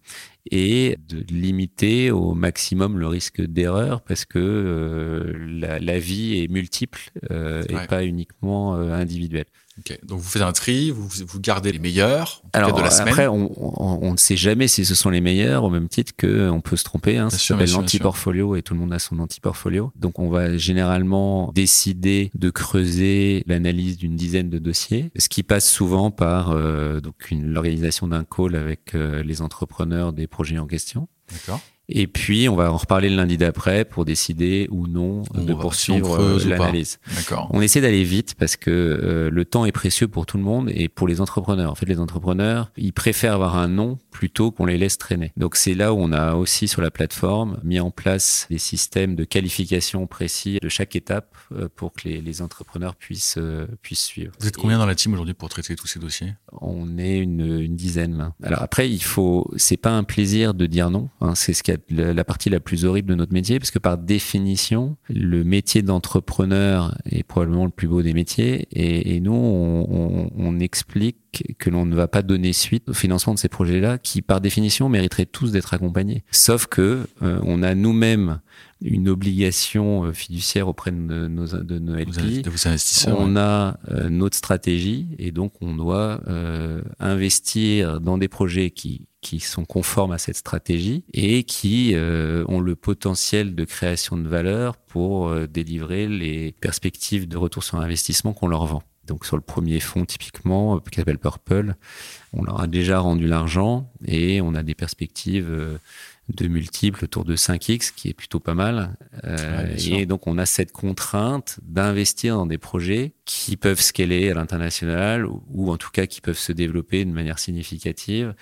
et de limiter au maximum le risque d'erreur parce que euh, la, la vie est multiple euh, et ouais. pas uniquement euh, individuelle. Okay. Donc vous faites un tri, vous, vous gardez les meilleurs Alors, de la semaine. Après, on, on, on ne sait jamais si ce sont les meilleurs, au même titre qu'on peut se tromper. Hein, ça sûr, s'appelle l'anti-portfolio et tout le monde a son anti-portfolio. Donc on va généralement décider de creuser l'analyse d'une dizaine de dossiers, ce qui passe souvent par euh, donc une, l'organisation d'un call avec euh, les entrepreneurs des projets en question. D'accord. Et puis, on va en reparler le lundi d'après pour décider ou non on de poursuivre si l'analyse. D'accord. On essaie d'aller vite parce que euh, le temps est précieux pour tout le monde et pour les entrepreneurs. En fait, les entrepreneurs, ils préfèrent avoir un nom plutôt qu'on les laisse traîner. Donc, c'est là où on a aussi sur la plateforme mis en place des systèmes de qualification précis de chaque étape euh, pour que les, les entrepreneurs puissent euh, puissent suivre. Vous êtes combien et dans la team aujourd'hui pour traiter tous ces dossiers ? On est une, une dizaine là. Alors après, il faut, c'est pas un plaisir de dire non. Hein, c'est ce qu'il y a la partie la plus horrible de notre métier, parce que par définition, le métier d'entrepreneur est probablement le plus beau des métiers, et, et nous, on, on, on explique que l'on ne va pas donner suite au financement de ces projets-là, qui par définition mériteraient tous d'être accompagnés. Sauf que euh, on a nous-mêmes une obligation fiduciaire auprès de nos, de nos L P. De vos investisseurs. On ouais. a euh, notre stratégie, et donc on doit euh, investir dans des projets qui qui sont conformes à cette stratégie et qui euh, ont le potentiel de création de valeur pour euh, délivrer les perspectives de retour sur investissement qu'on leur vend. Donc sur le premier fonds typiquement, qui s'appelle Purple, on leur a déjà rendu l'argent et on a des perspectives euh, de multiples autour de cinq x, qui est plutôt pas mal. Euh, ouais, et donc, on a cette contrainte d'investir dans des projets qui peuvent scaler à l'international ou, ou en tout cas qui peuvent se développer de manière significative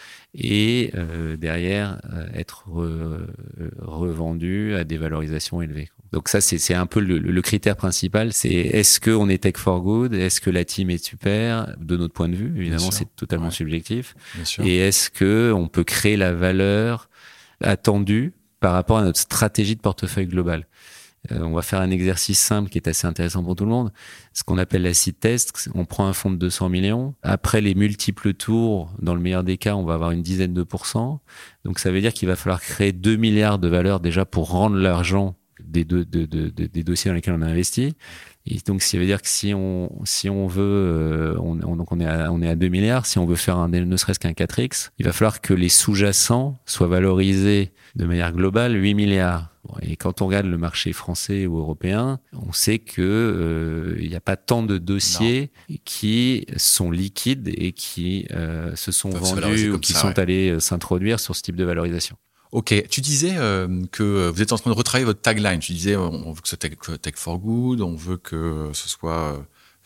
et euh, derrière euh, être re, revendus à des valorisations élevées. Donc ça, c'est, c'est un peu le, le critère principal. C'est est-ce qu'on est tech for good ? Est-ce que la team est super ? De notre point de vue, évidemment, c'est totalement ouais. subjectif. Et est-ce que on peut créer la valeur attendue par rapport à notre stratégie de portefeuille global ? Euh, on va faire un exercice simple qui est assez intéressant pour tout le monde. Ce qu'on appelle la seed test. On prend un fonds de deux cents millions. Après les multiples tours, dans le meilleur des cas, on va avoir une dizaine de pourcents. Donc ça veut dire qu'il va falloir créer deux milliards de valeur déjà pour rendre l'argent des, deux, de, de, de, des dossiers dans lesquels on a investi. Et donc, ça veut dire que si on, si on veut, euh, on, on, donc on est à, on est à deux milliards. Si on veut faire un, ne serait-ce qu'un quatre x, il va falloir que les sous-jacents soient valorisés de manière globale huit milliards. Et quand on regarde le marché français ou européen, on sait que euh, il n'y a pas tant de dossiers non. qui sont liquides et qui euh, se sont vendus ou qui ça, sont ouais. allés euh, s'introduire sur ce type de valorisation. Ok, tu disais euh, que vous êtes en train de retravailler votre tagline. Tu disais on veut que ce soit tech, tech for good, on veut que ce soit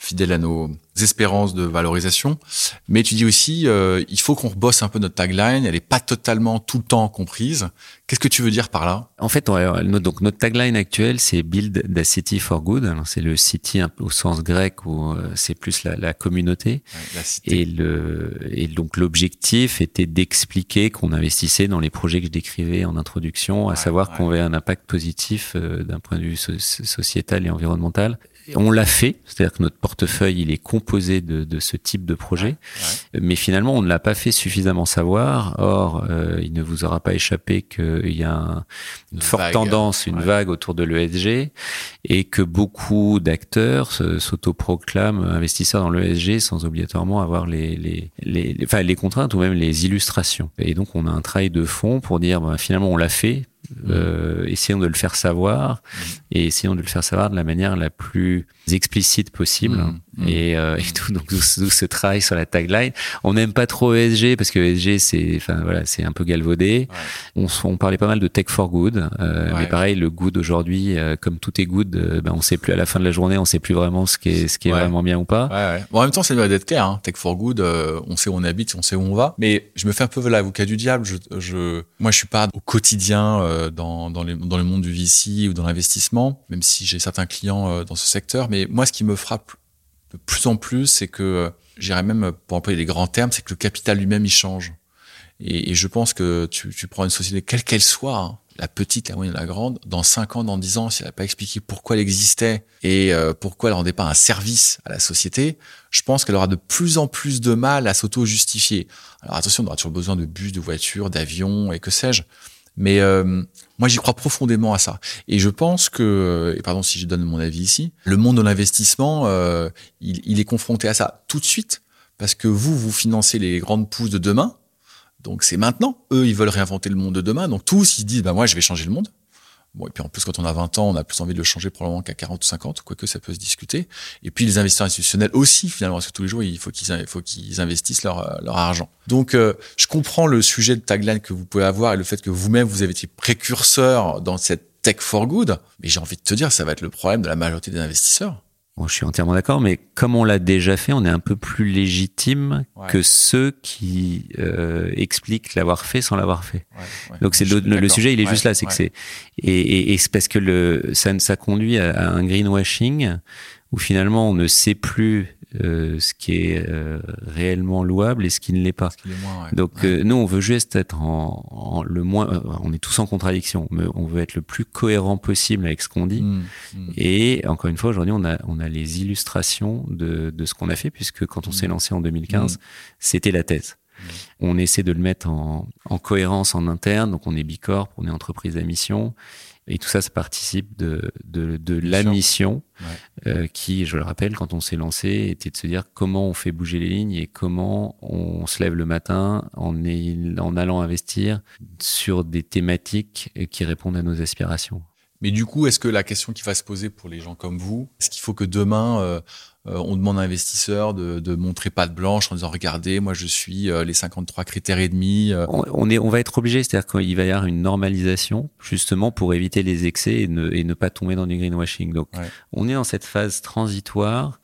fidèles à nos espérances de valorisation. Mais tu dis aussi, euh, il faut qu'on rebosse un peu notre tagline. Elle est pas totalement tout le temps comprise. Qu'est-ce que tu veux dire par là? En fait, on, donc notre tagline actuelle, c'est Build the City for Good. Alors, c'est le city au sens grec où c'est plus la, la communauté. Ouais, la cité. Et le et donc l'objectif était d'expliquer qu'on investissait dans les projets que je décrivais en introduction, à ouais, savoir ouais. qu'on avait un impact positif euh, d'un point de vue so- sociétal et environnemental. On l'a fait, c'est-à-dire que notre portefeuille, il est composé de, de ce type de projet, ouais, ouais. mais finalement, on ne l'a pas fait suffisamment savoir. Or, euh, il ne vous aura pas échappé qu'il y a un, une, une forte vague, tendance, une ouais. vague autour de l'E S G, et que beaucoup d'acteurs s'autoproclament investisseurs dans l'E S G sans obligatoirement avoir les, les, les, les, enfin, les contraintes ou même les illustrations. Et donc, on a un travail de fond pour dire, ben, finalement, on l'a fait. Euh, essayons de le faire savoir et essayons de le faire savoir de la manière la plus explicite possible. Mmh, mmh. Et, euh, et tout, donc, d'où ce travail sur la tagline. On n'aime pas trop E S G parce que E S G, c'est, enfin, voilà, c'est un peu galvaudé. Ouais. On, on parlait pas mal de tech for good. Euh, ouais. Mais pareil, le good aujourd'hui, euh, comme tout est good, euh, ben, on sait plus à la fin de la journée, on sait plus vraiment ce qui est, ce qui est ouais. vraiment bien ou pas. Ouais, ouais. Bon, en même temps, c'est bien d'être clair, hein. Tech for good, euh, on sait où on habite, on sait où on va. Mais je me fais un peu l'avocat du diable. Je, je, moi, je suis pas au quotidien euh, dans, dans, les, dans le monde du V C ou dans l'investissement, même si j'ai certains clients euh, dans ce secteur. Mais moi, ce qui me frappe de plus en plus, c'est que, euh, j'irais même, pour employer des grands termes, c'est que le capital lui-même, il change. Et, et je pense que tu, tu prends une société, quelle qu'elle soit, hein, la petite, la moyenne, la grande, dans cinq ans, dans dix ans, si elle n'a pas expliqué pourquoi elle existait et euh, pourquoi elle rendait pas un service à la société, je pense qu'elle aura de plus en plus de mal à s'auto-justifier. Alors attention, on aura toujours besoin de bus, de voitures, d'avions et que sais-je. Mais euh, moi, j'y crois profondément à ça. Et je pense que, et pardon si je donne mon avis ici, le monde de l'investissement, euh, il, il est confronté à ça tout de suite, parce que vous, vous financez les grandes pousses de demain. Donc c'est maintenant. Eux, ils veulent réinventer le monde de demain. Donc tous, ils disent, bah moi, je vais changer le monde. Bon, et puis en plus, quand on a vingt ans, on a plus envie de le changer probablement qu'à quarante ou cinquante, quoique ça peut se discuter. Et puis les investisseurs institutionnels aussi, finalement, parce que tous les jours, il faut qu'ils, il faut qu'ils investissent leur, leur argent. Donc, euh, je comprends le sujet de tagline que vous pouvez avoir et le fait que vous-même, vous avez été précurseur dans cette tech for good. Mais j'ai envie de te dire, ça va être le problème de la majorité des investisseurs. Bon, je suis entièrement d'accord, mais comme on l'a déjà fait, on est un peu plus légitime ouais. que ceux qui euh, expliquent l'avoir fait sans l'avoir fait. Ouais, ouais. Donc c'est le, le, le sujet, il est ouais, juste là, c'est ouais. que c'est et, et, et c'est parce que le ça ça conduit à, à un greenwashing où finalement on ne sait plus euh, ce qui est euh, réellement louable et ce qui ne l'est pas. Ce qui l'est moins, ouais. Donc ouais. Euh, nous on veut juste être en, en le moins, euh, on est tous en contradiction, mais on veut être le plus cohérent possible avec ce qu'on dit. Mmh, mmh. Et encore une fois aujourd'hui on a on a les illustrations de de ce qu'on a fait puisque quand on mmh. s'est lancé en deux mille quinze, mmh. c'était la thèse. Mmh. On essaie de le mettre en en cohérence en interne, donc on est Bicorp, on est entreprise à mission. Et tout ça, ça participe de, de, de la sûr. mission ouais. euh, qui, je le rappelle, quand on s'est lancé, était de se dire comment on fait bouger les lignes et comment on se lève le matin en, est, en allant investir sur des thématiques qui répondent à nos aspirations. Mais du coup, est-ce que la question qui va se poser pour les gens comme vous, est-ce qu'il faut que demain, euh, euh, on demande à un investisseur de, de montrer patte blanche en disant « Regardez, moi je suis euh, les cinquante-trois critères et demi euh. ». On, on, est, on va être obligé, c'est-à-dire qu'il va y avoir une normalisation justement pour éviter les excès et ne, et ne pas tomber dans du greenwashing. Donc, ouais. on est dans cette phase transitoire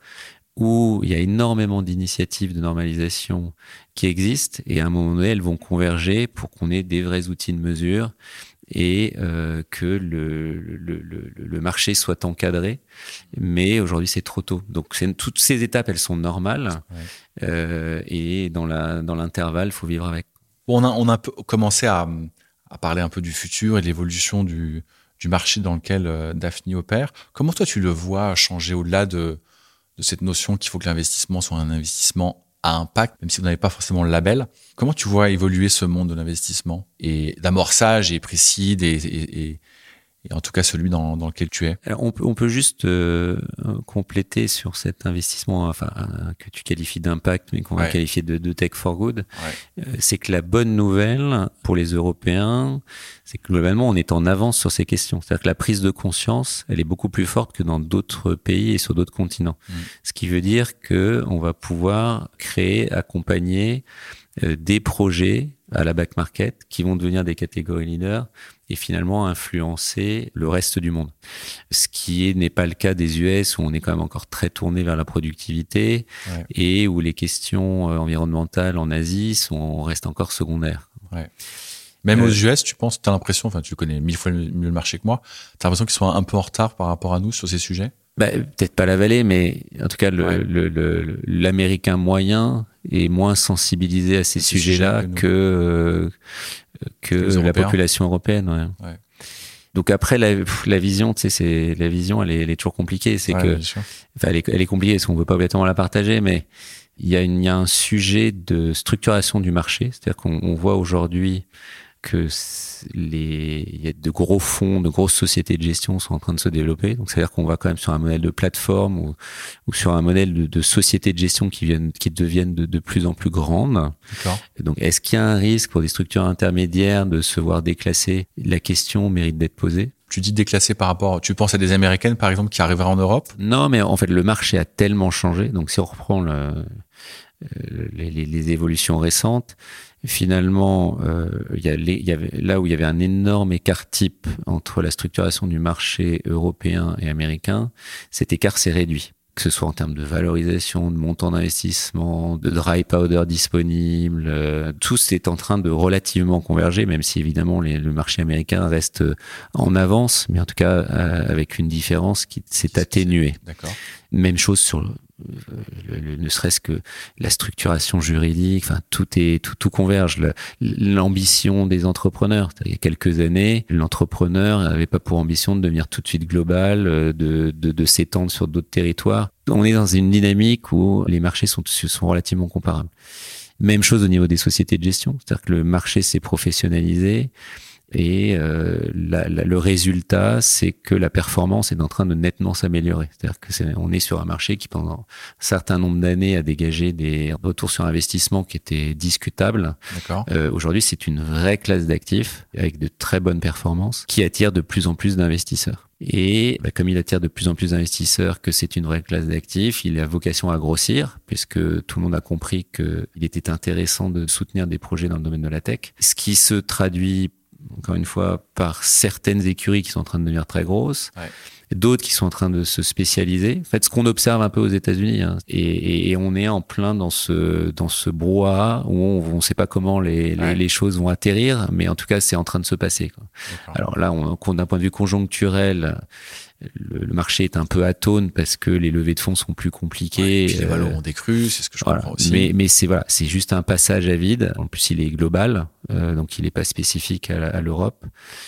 où il y a énormément d'initiatives de normalisation qui existent et à un moment donné, elles vont converger pour qu'on ait des vrais outils de mesure et euh, que le, le, le, le marché soit encadré. Mais aujourd'hui, c'est trop tôt. Donc, c'est, toutes ces étapes, elles sont normales. Ouais. Euh, et dans, la, dans l'intervalle, il faut vivre avec. Bon, on a, on a un peu commencé à, à parler un peu du futur et de l'évolution du, du marché dans lequel euh, Daphni opère. Comment toi, tu le vois changer au-delà de, de cette notion qu'il faut que l'investissement soit un investissement à impact, même si vous n'avez pas forcément le label. Comment tu vois évoluer ce monde de l'investissement et d'amorçage et précide et, et, et, et en tout cas celui dans, dans lequel tu es? Alors on peut, on peut juste euh, compléter sur cet investissement enfin, euh, que tu qualifies d'impact, mais qu'on ouais. va qualifier de, de tech for good. Ouais. Euh, c'est que la bonne nouvelle pour les Européens, c'est que globalement, on est en avance sur ces questions. C'est-à-dire que la prise de conscience, elle est beaucoup plus forte que dans d'autres pays et sur d'autres continents. Mmh. Ce qui veut dire que on va pouvoir créer, accompagner euh, des projets à la back market, qui vont devenir des catégories leaders et finalement influencer le reste du monde. Ce qui est, n'est pas le cas des U S où on est quand même encore très tourné vers la productivité ouais. et où les questions environnementales en Asie sont, restent encore secondaires. Ouais. Même euh, aux U S, tu penses, t'as l'impression, enfin tu connais mille fois mieux le marché que moi, t'as l'impression qu'ils sont un peu en retard par rapport à nous sur ces sujets? Bah, peut-être pas la vallée, mais en tout cas, le, ouais. le, le, l'Américain moyen est moins sensibilisé à ces, ces sujets-là sujets que, euh, que, que la population européenne. Ouais. Ouais. Donc après, la, la vision, tu sais, c'est, la vision, elle est, elle est toujours compliquée. C'est ouais, que, enfin, elle est, elle est compliquée parce qu'on veut pas obligatoirement la partager, mais il y a une, il y a un sujet de structuration du marché. C'est-à-dire qu'on on voit aujourd'hui que les, il y a de gros fonds, de grosses sociétés de gestion sont en train de se développer. Donc, c'est-à-dire qu'on va quand même sur un modèle de plateforme ou, ou sur un modèle de, de sociétés de gestion qui viennent, qui deviennent de, de plus en plus grandes. D'accord. Donc, est-ce qu'il y a un risque pour des structures intermédiaires de se voir déclasser? La question mérite d'être posée. Tu dis déclassé par rapport, tu penses à des Américaines, par exemple, qui arriveraient en Europe? Non, mais en fait, le marché a tellement changé. Donc, si on reprend le, les, les, les évolutions récentes, finalement, euh, il y a les, il y avait, là où il y avait un énorme écart type entre la structuration du marché européen et américain, cet écart s'est réduit. Que ce soit en termes de valorisation, de montant d'investissement, de dry powder disponible, euh, tout est en train de relativement converger, même si évidemment les, le marché américain reste en avance, mais en tout cas euh, avec une différence qui s'est atténuée. D'accord. Même chose sur le, le, le, ne serait-ce que la structuration juridique, enfin tout est tout, tout converge. Le, l'ambition des entrepreneurs, il y a quelques années, l'entrepreneur n'avait pas pour ambition de devenir tout de suite global, de de, de s'étendre sur d'autres territoires. On est dans une dynamique où les marchés sont sont relativement comparables. Même chose au niveau des sociétés de gestion, c'est-à-dire que le marché s'est professionnalisé. Et euh, la, la, le résultat, c'est que la performance est en train de nettement s'améliorer. C'est-à-dire que c'est, on est sur un marché qui, pendant un certain nombre d'années, a dégagé des retours sur investissement qui étaient discutables. D'accord. Euh, aujourd'hui, c'est une vraie classe d'actifs avec de très bonnes performances qui attire de plus en plus d'investisseurs. Et bah, comme il attire de plus en plus d'investisseurs, que c'est une vraie classe d'actifs, il a vocation à grossir, puisque tout le monde a compris qu'il était intéressant de soutenir des projets dans le domaine de la tech. Ce qui se traduit encore une fois, par certaines écuries qui sont en train de devenir très grosses, ouais. D'autres qui sont en train de se spécialiser. En fait, ce qu'on observe un peu aux États-Unis, hein, et, et, et on est en plein dans ce dans ce brouhaha où on ne sait pas comment les, ouais. les les choses vont atterrir, mais en tout cas, c'est en train de se passer, quoi. Alors là, on, d'un point de vue conjoncturel, le, le marché est un peu atone parce que les levées de fonds sont plus compliquées. Ouais, et puis les valeurs ont décru, c'est ce que je voilà. comprends aussi. Mais, mais c'est voilà, c'est juste un passage à vide. En plus, il est global, euh, donc il n'est pas spécifique à, à l'Europe.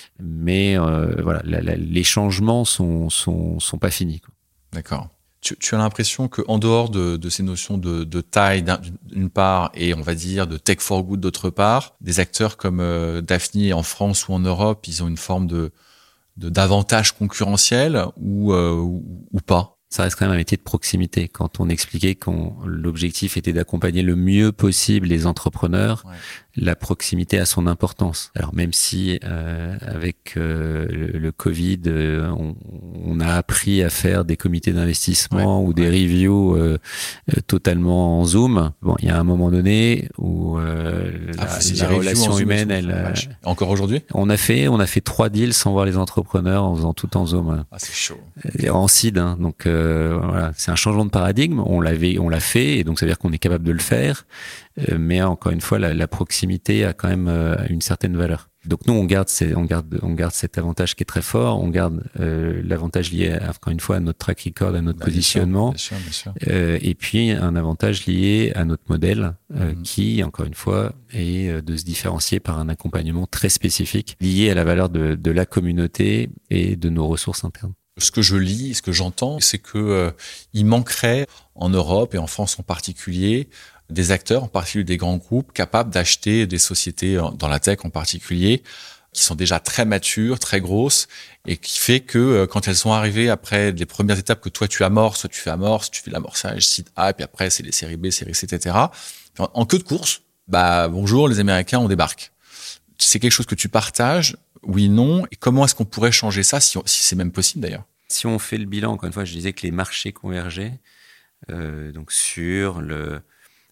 Mais euh, voilà, la, la, les changements sont sont sont pas finis, quoi. D'accord. Tu, tu as l'impression que en dehors de, de ces notions de, de taille d'une part et on va dire de tech for good d'autre part, des acteurs comme euh, Daphni en France ou en Europe, ils ont une forme de de d'avantage concurrentiel ou, euh, ou ou pas? Ça reste quand même un métier de proximité. Quand on expliquait qu'on l'objectif était d'accompagner le mieux possible les entrepreneurs, ouais. La proximité a son importance. Alors même si euh, avec euh, le, le Covid, euh, on, on a appris à faire des comités d'investissement ouais. ou des ouais. reviews euh, euh, totalement en Zoom. Bon, il y a un moment donné où euh, ah, la, la relation humaine, elle. Euh, Encore aujourd'hui, on a fait, on a fait trois deals sans voir les entrepreneurs en faisant tout en Zoom. Ah, c'est chaud. Et en seed, hein, donc. Euh, Euh, voilà, c'est un changement de paradigme. On l'avait, on l'a fait, et donc ça veut dire qu'on est capable de le faire. Euh, mais encore une fois, la, la proximité a quand même euh, une certaine valeur. Donc nous, on garde, ces, on garde, on garde cet avantage qui est très fort. On garde euh, l'avantage lié, à, encore une fois, à notre track record, à notre bah, positionnement, bien sûr, bien sûr, bien sûr. Euh, et puis un avantage lié à notre modèle, euh, mmh. qui, encore une fois, est de se différencier par un accompagnement très spécifique lié à la valeur de, de la communauté et de nos ressources internes. Ce que je lis, ce que j'entends, c'est que euh, il manquerait en Europe et en France en particulier des acteurs, en particulier des grands groupes, capables d'acheter des sociétés dans la tech en particulier, qui sont déjà très matures, très grosses, et qui fait que euh, quand elles sont arrivées après les premières étapes que toi tu amorces, soit tu fais amorce, tu fais l'amorçage, site A, et puis après c'est les séries B, séries C, et cetera. En, en queue de course, bah bonjour, les Américains, on débarque. C'est quelque chose que tu partages? Oui, non. Et comment est-ce qu'on pourrait changer ça, si, on, si c'est même possible d'ailleurs? Si on fait le bilan, encore une fois, je disais que les marchés convergeaient, euh, donc sur le,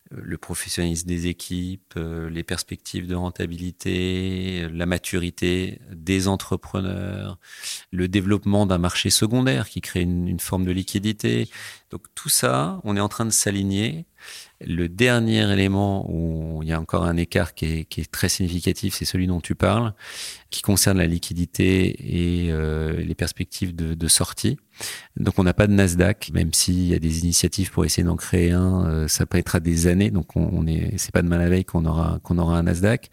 le professionnalisme des équipes, les perspectives de rentabilité, la maturité des entrepreneurs, le développement d'un marché secondaire qui crée une, une forme de liquidité. Donc tout ça, on est en train de s'aligner. Le dernier élément où il y a encore un écart qui est, qui est très significatif, c'est celui dont tu parles, qui concerne la liquidité et euh, les perspectives de, de sortie. Donc on n'a pas de Nasdaq, même s'il y a des initiatives pour essayer d'en créer un, euh, ça peut être à des années. Donc on, on est, c'est pas demain la veille qu'on aura qu'on aura un Nasdaq.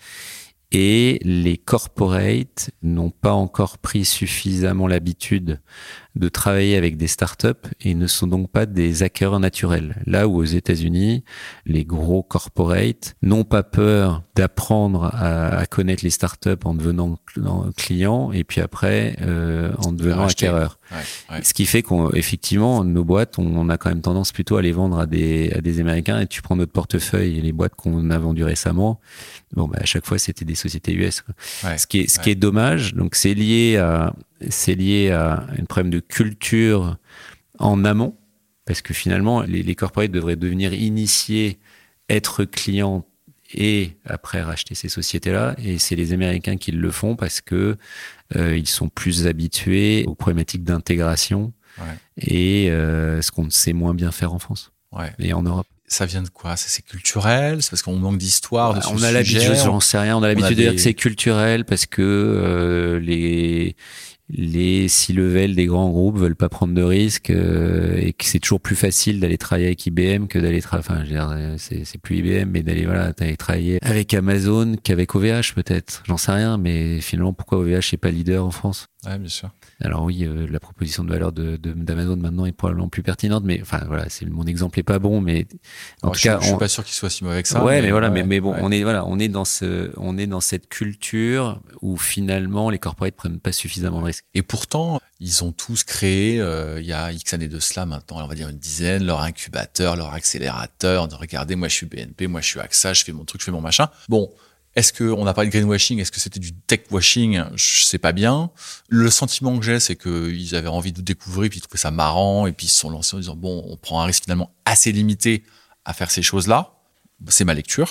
Et les corporates n'ont pas encore pris suffisamment l'habitude de travailler avec des startups et ne sont donc pas des acquéreurs naturels. Là où aux États-Unis, les gros corporates n'ont pas peur d'apprendre à, à connaître les startups en devenant clients et puis après euh, en devenant acquéreurs. Ouais, ouais. Ce qui fait qu'effectivement, nos boîtes, on, on a quand même tendance plutôt à les vendre à des à des Américains. Et tu prends notre portefeuille et les boîtes qu'on a vendues récemment, bon bah à chaque fois c'était des sociétés U S. Quoi. Ouais, ce qui est ce ouais. qui est dommage. Donc c'est lié à c'est lié à un problème de culture en amont, parce que finalement, les, les corporates devraient devenir initiés, être clients et après racheter ces sociétés-là. Et c'est les Américains qui le font parce que euh, ils sont plus habitués aux problématiques d'intégration ouais. et euh, ce qu'on sait moins bien faire en France ouais. et en Europe. Ça vient de quoi? C'est, c'est culturel? C'est parce qu'on manque d'histoire ouais, de ce On a l'habitude, j'en sais rien, on a l'habitude on a de dire des... que c'est culturel parce que euh, les... les C-level des grands groupes veulent pas prendre de risques euh, et que c'est toujours plus facile d'aller travailler avec I B M que d'aller travailler, enfin, je veux dire, c'est, c'est plus I B M, mais d'aller, voilà, d'aller travailler avec Amazon qu'avec O V H, peut-être. J'en sais rien, mais finalement, pourquoi O V H n'est pas leader en France? Ouais, bien sûr. Alors oui, euh, la proposition de valeur de, de, d'Amazon maintenant est probablement plus pertinente, mais enfin voilà, c'est mon exemple est pas bon, mais en Alors, tout je, cas, je suis on... pas sûr qu'il soit si mauvais que ça. Ouais, mais, mais voilà, ouais, mais, mais bon, ouais. on est voilà, on est dans ce, on est dans cette culture où finalement les corporates prennent pas suffisamment de risques. Et pourtant, ils ont tous créé, euh, il y a X années de cela maintenant, on va dire une dizaine, leur incubateur, leur accélérateur. Regardez, moi je suis B N P, moi je suis A X A, je fais mon truc, je fais mon machin. Bon. Est-ce que on a parlé de greenwashing? Est-ce que c'était du techwashing? Je sais pas bien. Le sentiment que j'ai, c'est que ils avaient envie de découvrir, puis ils trouvaient ça marrant, et puis ils se sont lancés en disant bon, on prend un risque finalement assez limité à faire ces choses-là. C'est ma lecture.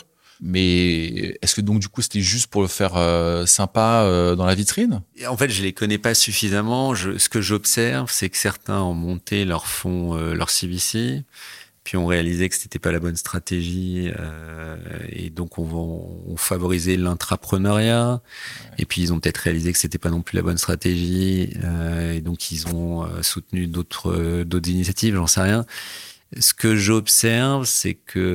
Mais est-ce que donc du coup c'était juste pour le faire euh, sympa euh, dans la vitrine? Et en fait, je les connais pas suffisamment. Je, ce que j'observe, c'est que certains ont monté leur fonds, euh, leur C V C. Puis on réalisait que c'était pas la bonne stratégie euh, et donc on, on favorisait l'intrapreneuriat. Ouais. Et puis ils ont peut-être réalisé que c'était pas non plus la bonne stratégie euh, et donc ils ont euh, soutenu d'autres euh, d'autres initiatives, j'en sais rien. Ce que j'observe, c'est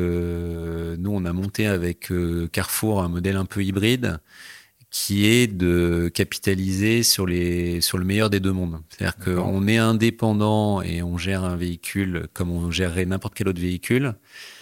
que nous on a monté avec euh, Carrefour un modèle un peu hybride qui est de capitaliser sur les sur le meilleur des deux mondes. C'est-à-dire D'accord. qu'on est indépendant et on gère un véhicule comme on gérerait n'importe quel autre véhicule.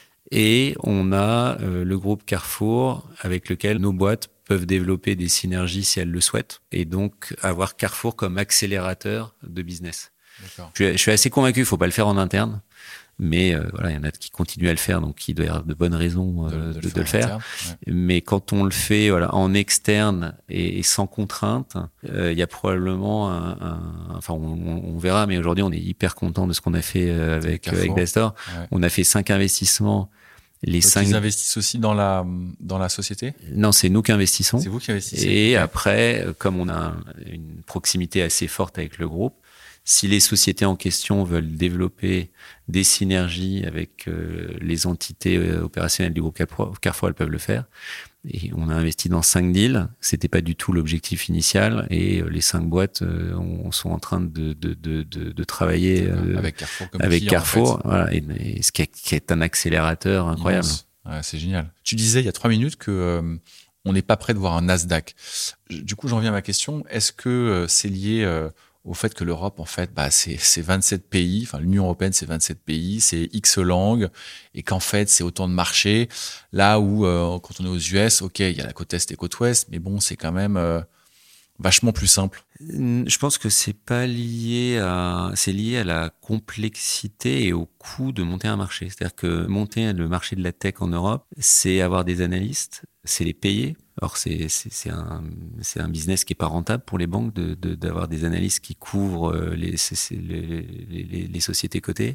Et on a euh, le groupe Carrefour avec lequel nos boîtes peuvent développer des synergies si elles le souhaitent. Et donc avoir Carrefour comme accélérateur de business. D'accord. Je, je suis assez convaincu, il faut pas le faire en interne. Mais euh, voilà, il y en a qui continuent à le faire, donc il doit y avoir de bonnes raisons euh, de, de, de, de le faire. Interne, ouais. Mais quand on le fait voilà, en externe et, et sans contrainte, euh, il y a probablement un... un enfin, on, on verra, mais aujourd'hui, on est hyper content de ce qu'on a fait euh, avec, euh, avec Dastor. Ouais. On a fait cinq investissements. Les donc cinq... Ils investissent aussi dans la, dans la société? Non, c'est nous qui investissons. C'est vous qui investissez. Et okay. après, comme on a une proximité assez forte avec le groupe, si les sociétés en question veulent développer des synergies avec euh, les entités euh, opérationnelles du groupe Carrefour, elles peuvent le faire. Et on a investi dans cinq deals. C'était pas du tout l'objectif initial. Et euh, les cinq boîtes euh, on, sont en train de, de, de, de, de travailler euh, avec Carrefour, comme avec client, Carrefour, en fait. Voilà, et, et ce qui est, qui est un accélérateur incroyable. Ouais, c'est génial. Tu disais il y a trois minutes que euh, on n'est pas prêt de voir un Nasdaq. Du coup, j'en viens à ma question. Est-ce que euh, c'est lié euh, au fait que l'Europe, en fait, bah, c'est, c'est vingt-sept pays, enfin, l'Union européenne, c'est vingt-sept pays, c'est X langues, et qu'en fait, c'est autant de marchés. Là où, euh, quand on est aux U S, ok, il y a la côte Est et côte Ouest, mais bon, c'est quand même euh, vachement plus simple. Je pense que c'est pas lié à, c'est lié à la complexité et au coût de monter un marché. C'est-à-dire que monter le marché de la tech en Europe, c'est avoir des analystes, c'est les payer. Or, c'est, c'est, c'est un, c'est un business qui est pas rentable pour les banques de, de, d'avoir des analystes qui couvrent les, c'est, c'est les, les, les sociétés cotées.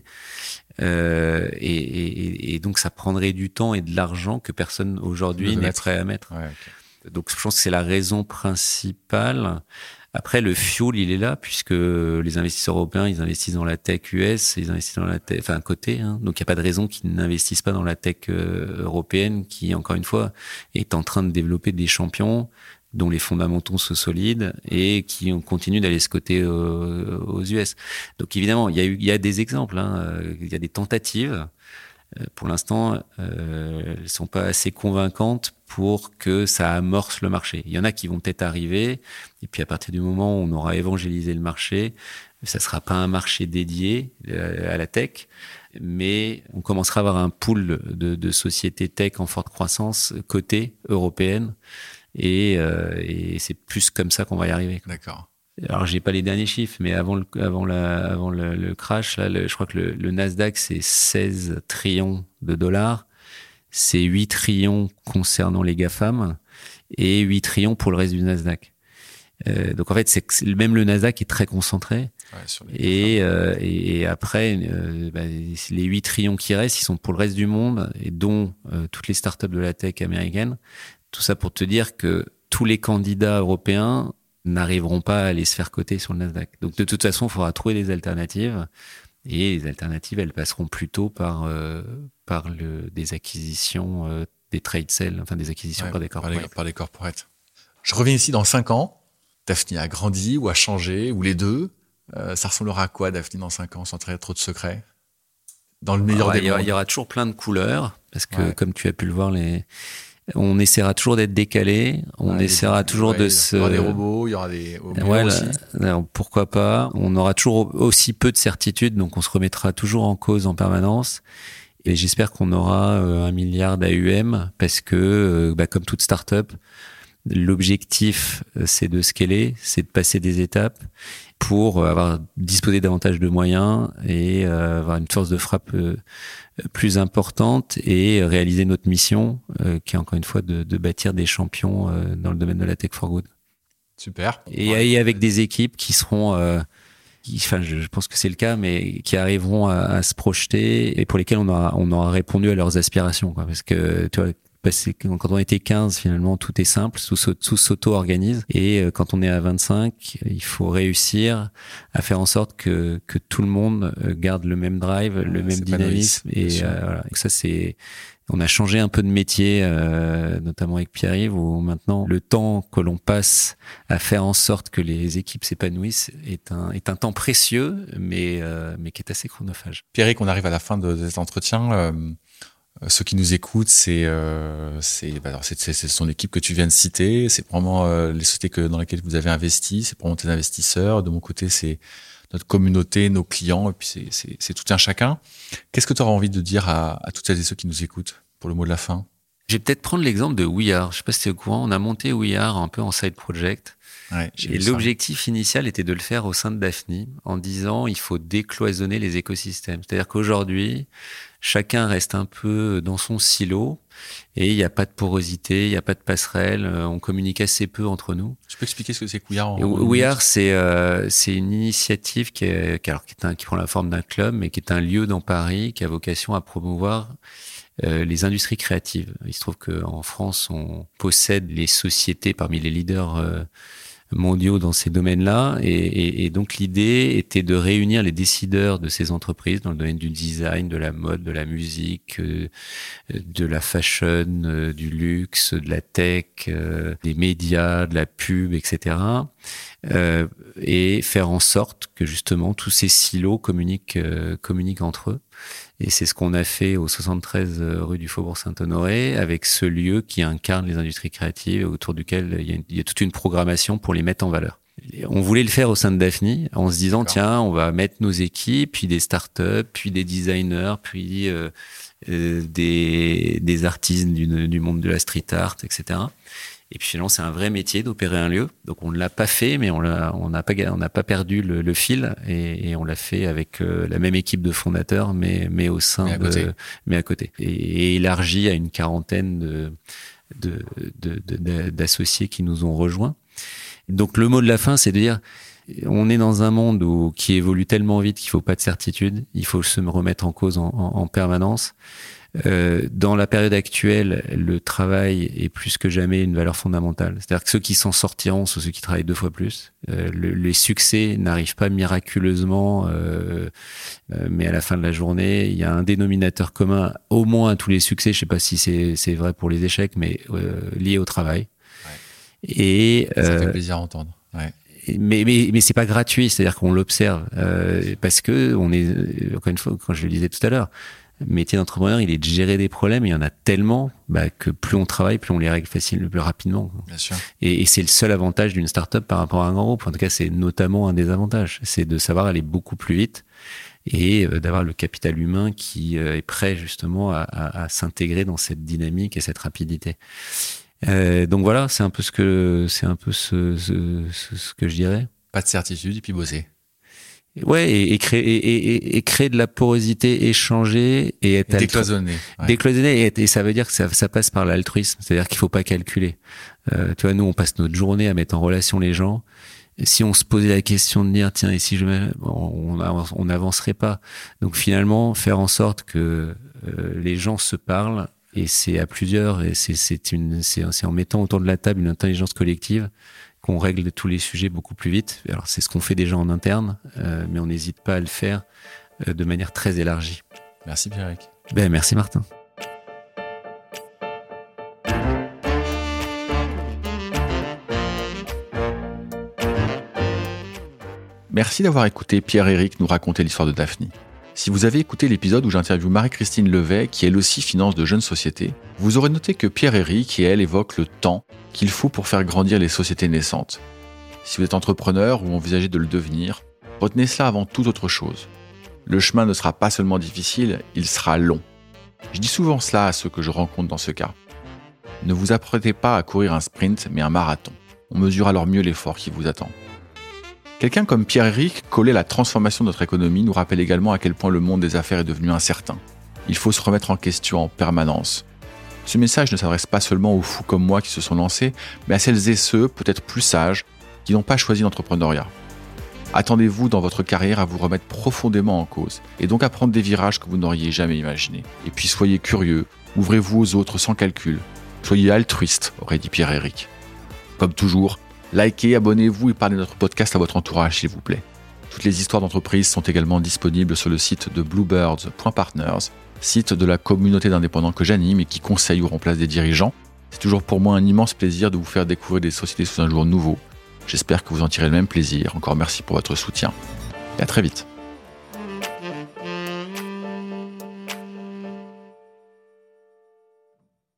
Euh, et, et, et donc, ça prendrait du temps et de l'argent que personne aujourd'hui n'est prêt à mettre. Ouais, okay. Donc, je pense que c'est la raison principale. Après, le fuel, il est là, puisque les investisseurs européens, ils investissent dans la tech U S, ils investissent dans la tech, enfin, côté, hein. Donc, il n'y a pas de raison qu'ils n'investissent pas dans la tech euh, européenne, qui, encore une fois, est en train de développer des champions dont les fondamentaux sont solides et qui continuent d'aller se coter euh, aux U S. Donc, évidemment, il y a eu, il y a des exemples, hein. Il y a des tentatives. Pour l'instant, euh, elles sont pas assez convaincantes pour que ça amorce le marché. Il y en a qui vont peut-être arriver, et puis à partir du moment où on aura évangélisé le marché, ça sera pas un marché dédié à la tech, mais on commencera à avoir un pool de, de sociétés tech en forte croissance cotées européennes, et, euh, et c'est plus comme ça qu'on va y arriver. D'accord. Alors, j'ai pas les derniers chiffres, mais avant le, avant la, avant le, le crash, là, le, je crois que le, le Nasdaq, c'est seize trillions de dollars. C'est huit trillions concernant les GAFAM et huit trillions pour le reste du Nasdaq. Euh, donc, en fait, c'est, c'est même le Nasdaq est très concentré. Ouais, sur les et, euh, et, et après, euh, bah, les huit trillions qui restent, ils sont pour le reste du monde, et dont euh, toutes les startups de la tech américaines. Tout ça pour te dire que tous les candidats européens n'arriveront pas à aller se faire coter sur le Nasdaq. Donc, de toute façon, il faudra trouver des alternatives. Et les alternatives, elles passeront plutôt par, euh, par le, des acquisitions, euh, des trade sales, enfin des acquisitions ouais, par des corporates. Par les, par les corporates. Je reviens ici dans cinq ans. Daphne a grandi ou a changé, ou les deux. Euh, ça ressemblera à quoi, Daphne, dans cinq ans, sans trahir trop de secrets? Dans le meilleur Alors, des il y aura, mondes. Il y aura toujours plein de couleurs, parce que, ouais. comme tu as pu le voir, les... on essaiera toujours d'être décalé, on ouais, essaiera des, toujours ouais, de se... Il y aura des robots, il y aura des... Ouais, là, là, pourquoi pas. On aura toujours aussi peu de certitudes, donc on se remettra toujours en cause en permanence. Et j'espère qu'on aura euh, un milliard d'A U M, parce que, euh, bah, comme toute start-up, l'objectif, c'est de scaler, c'est de passer des étapes pour avoir disposer davantage de moyens et euh, avoir une force de frappe euh, plus importante et réaliser notre mission, euh, qui est encore une fois de, de bâtir des champions euh, dans le domaine de la tech for good. Super. Et, ouais. et avec des équipes qui seront, euh, qui, enfin, je, je pense que c'est le cas, mais qui arriveront à, à se projeter et pour lesquels on aura, on aura répondu à leurs aspirations, quoi. Parce que tu vois, parce que quand on était quinze, finalement, tout est simple, tout, tout s'auto-organise. Et quand on est à vingt-cinq, il faut réussir à faire en sorte que, que tout le monde garde le même drive, ouais, le même dynamisme. Et euh, voilà. Donc ça, c'est, on a changé un peu de métier, euh, notamment avec Pierre-Yves, où maintenant, le temps que l'on passe à faire en sorte que les équipes s'épanouissent est un, est un temps précieux, mais, euh, mais qui est assez chronophage. Pierre-Yves, on arrive à la fin de, de cet entretien. Euh... Ceux qui nous écoutent, c'est euh, c'est, bah alors c'est, c'est, c'est son équipe que tu viens de citer. C'est vraiment euh, les sociétés que, dans lesquelles vous avez investi. C'est vraiment tes investisseurs. De mon côté, c'est notre communauté, nos clients. Et puis c'est, c'est, c'est tout un chacun. Qu'est-ce que tu auras envie de dire à, à toutes celles et ceux qui nous écoutent pour le mot de la fin? Je vais peut-être prendre l'exemple de We Are. Je sais pas si tu es au courant. On a monté We Are un peu en side project. Ouais, et l'objectif ça. initial était de le faire au sein de Daphne en disant il faut décloisonner les écosystèmes. C'est-à-dire qu'aujourd'hui, chacun reste un peu dans son silo et il n'y a pas de porosité, il n'y a pas de passerelle, on communique assez peu entre nous. Tu peux expliquer ce que c'est que We Are? We Are, c'est, euh, c'est une initiative qui, est, qui, alors, qui, est un, qui prend la forme d'un club, mais qui est un lieu dans Paris qui a vocation à promouvoir Euh, les industries créatives. Il se trouve qu'en France, on possède les sociétés parmi les leaders euh, mondiaux dans ces domaines-là. Et, et, et donc, l'idée était de réunir les décideurs de ces entreprises dans le domaine du design, de la mode, de la musique, euh, de la fashion, euh, du luxe, de la tech, euh, des médias, de la pub, et cetera. Euh, et faire en sorte que justement tous ces silos communiquent, euh, communiquent entre eux. Et c'est ce qu'on a fait au soixante-treize rue du Faubourg Saint-Honoré avec ce lieu qui incarne les industries créatives et autour duquel il y a, une, il y a toute une programmation pour les mettre en valeur. Et on voulait le faire au sein de Daphne en se disant, D'accord. tiens, on va mettre nos équipes, puis des startups, puis des designers, puis euh, euh, des, des artistes du, du monde de la street art, et cetera. Et puis finalement, c'est un vrai métier d'opérer un lieu. Donc on ne l'a pas fait, mais on l'a, on n'a pas, on n'a pas perdu le, le fil et, et on l'a fait avec euh, la même équipe de fondateurs, mais mais au sein mais de, mais à côté, et, et élargi à une quarantaine de de, de, de, d'associés qui nous ont rejoints. Donc le mot de la fin, c'est de dire, on est dans un monde où, qui évolue tellement vite qu'il faut pas de certitude, il faut se remettre en cause en, en, en permanence. Euh, dans la période actuelle, le travail est plus que jamais une valeur fondamentale. C'est-à-dire que ceux qui s'en sortiront sont ceux qui travaillent deux fois plus. Euh, le, les succès n'arrivent pas miraculeusement, euh, euh, mais à la fin de la journée, il y a un dénominateur commun, au moins à tous les succès. Je sais pas si c'est, c'est vrai pour les échecs, mais euh, lié au travail. Ouais. Et ça euh, fait plaisir à entendre. Ouais. Mais, mais, mais c'est pas gratuit, c'est-à-dire qu'on l'observe euh, parce que on est, encore une fois, quand je le disais tout à l'heure, le métier d'entrepreneur, il est de gérer des problèmes. Il y en a tellement bah, que plus on travaille, plus on les règle facilement, plus rapidement. Bien sûr. Et, et c'est le seul avantage d'une start-up par rapport à un grand groupe. En tout cas, c'est notamment un des avantages, c'est de savoir aller beaucoup plus vite et euh, d'avoir le capital humain qui euh, est prêt justement à, à, à s'intégrer dans cette dynamique et cette rapidité. Euh, donc voilà, c'est un peu ce que c'est un peu ce, ce, ce, ce que je dirais. Pas de certitude et puis bosser. Ouais, et, et créer et, et, et créer de la porosité, échanger et être et décloisonné. Ouais. Décloisonné et, et ça veut dire que ça, ça passe par l'altruisme, c'est-à-dire qu'il faut pas calculer. Euh, tu vois, nous on passe notre journée à mettre en relation les gens. Et si on se posait la question de dire tiens, et si je on on n'avancerait pas. Donc finalement, faire en sorte que euh, les gens se parlent. Et c'est à plusieurs, et c'est, c'est, une, c'est, c'est en mettant autour de la table une intelligence collective qu'on règle tous les sujets beaucoup plus vite. Alors c'est ce qu'on fait déjà en interne, euh, mais on n'hésite pas à le faire euh, de manière très élargie. Merci Pierrick. Ben, merci Martin. Merci d'avoir écouté Pierre-Éric nous raconter l'histoire de Daphni. Si vous avez écouté l'épisode où j'interviewe Marie-Christine Levet, qui elle aussi finance de jeunes sociétés, vous aurez noté que Pierre-Éric et elle évoquent le temps qu'il faut pour faire grandir les sociétés naissantes. Si vous êtes entrepreneur ou envisagez de le devenir, retenez cela avant toute autre chose. Le chemin ne sera pas seulement difficile, il sera long. Je dis souvent cela à ceux que je rencontre dans ce cas. Ne vous apprêtez pas à courir un sprint, mais un marathon. On mesure alors mieux l'effort qui vous attend. Quelqu'un comme Pierre-Éric, collé à la transformation de notre économie, nous rappelle également à quel point le monde des affaires est devenu incertain. Il faut se remettre en question en permanence. Ce message ne s'adresse pas seulement aux fous comme moi qui se sont lancés, mais à celles et ceux, peut-être plus sages, qui n'ont pas choisi l'entrepreneuriat. Attendez-vous dans votre carrière à vous remettre profondément en cause, et donc à prendre des virages que vous n'auriez jamais imaginés. Et puis soyez curieux, ouvrez-vous aux autres sans calcul. Soyez altruiste, aurait dit Pierre-Éric. Comme toujours, likez, abonnez-vous et parlez de notre podcast à votre entourage, s'il vous plaît. Toutes les histoires d'entreprise sont également disponibles sur le site de bluebirds point partners, site de la communauté d'indépendants que j'anime et qui conseille ou remplace des dirigeants. C'est toujours pour moi un immense plaisir de vous faire découvrir des sociétés sous un jour nouveau. J'espère que vous en tirez le même plaisir. Encore merci pour votre soutien. Et à très vite.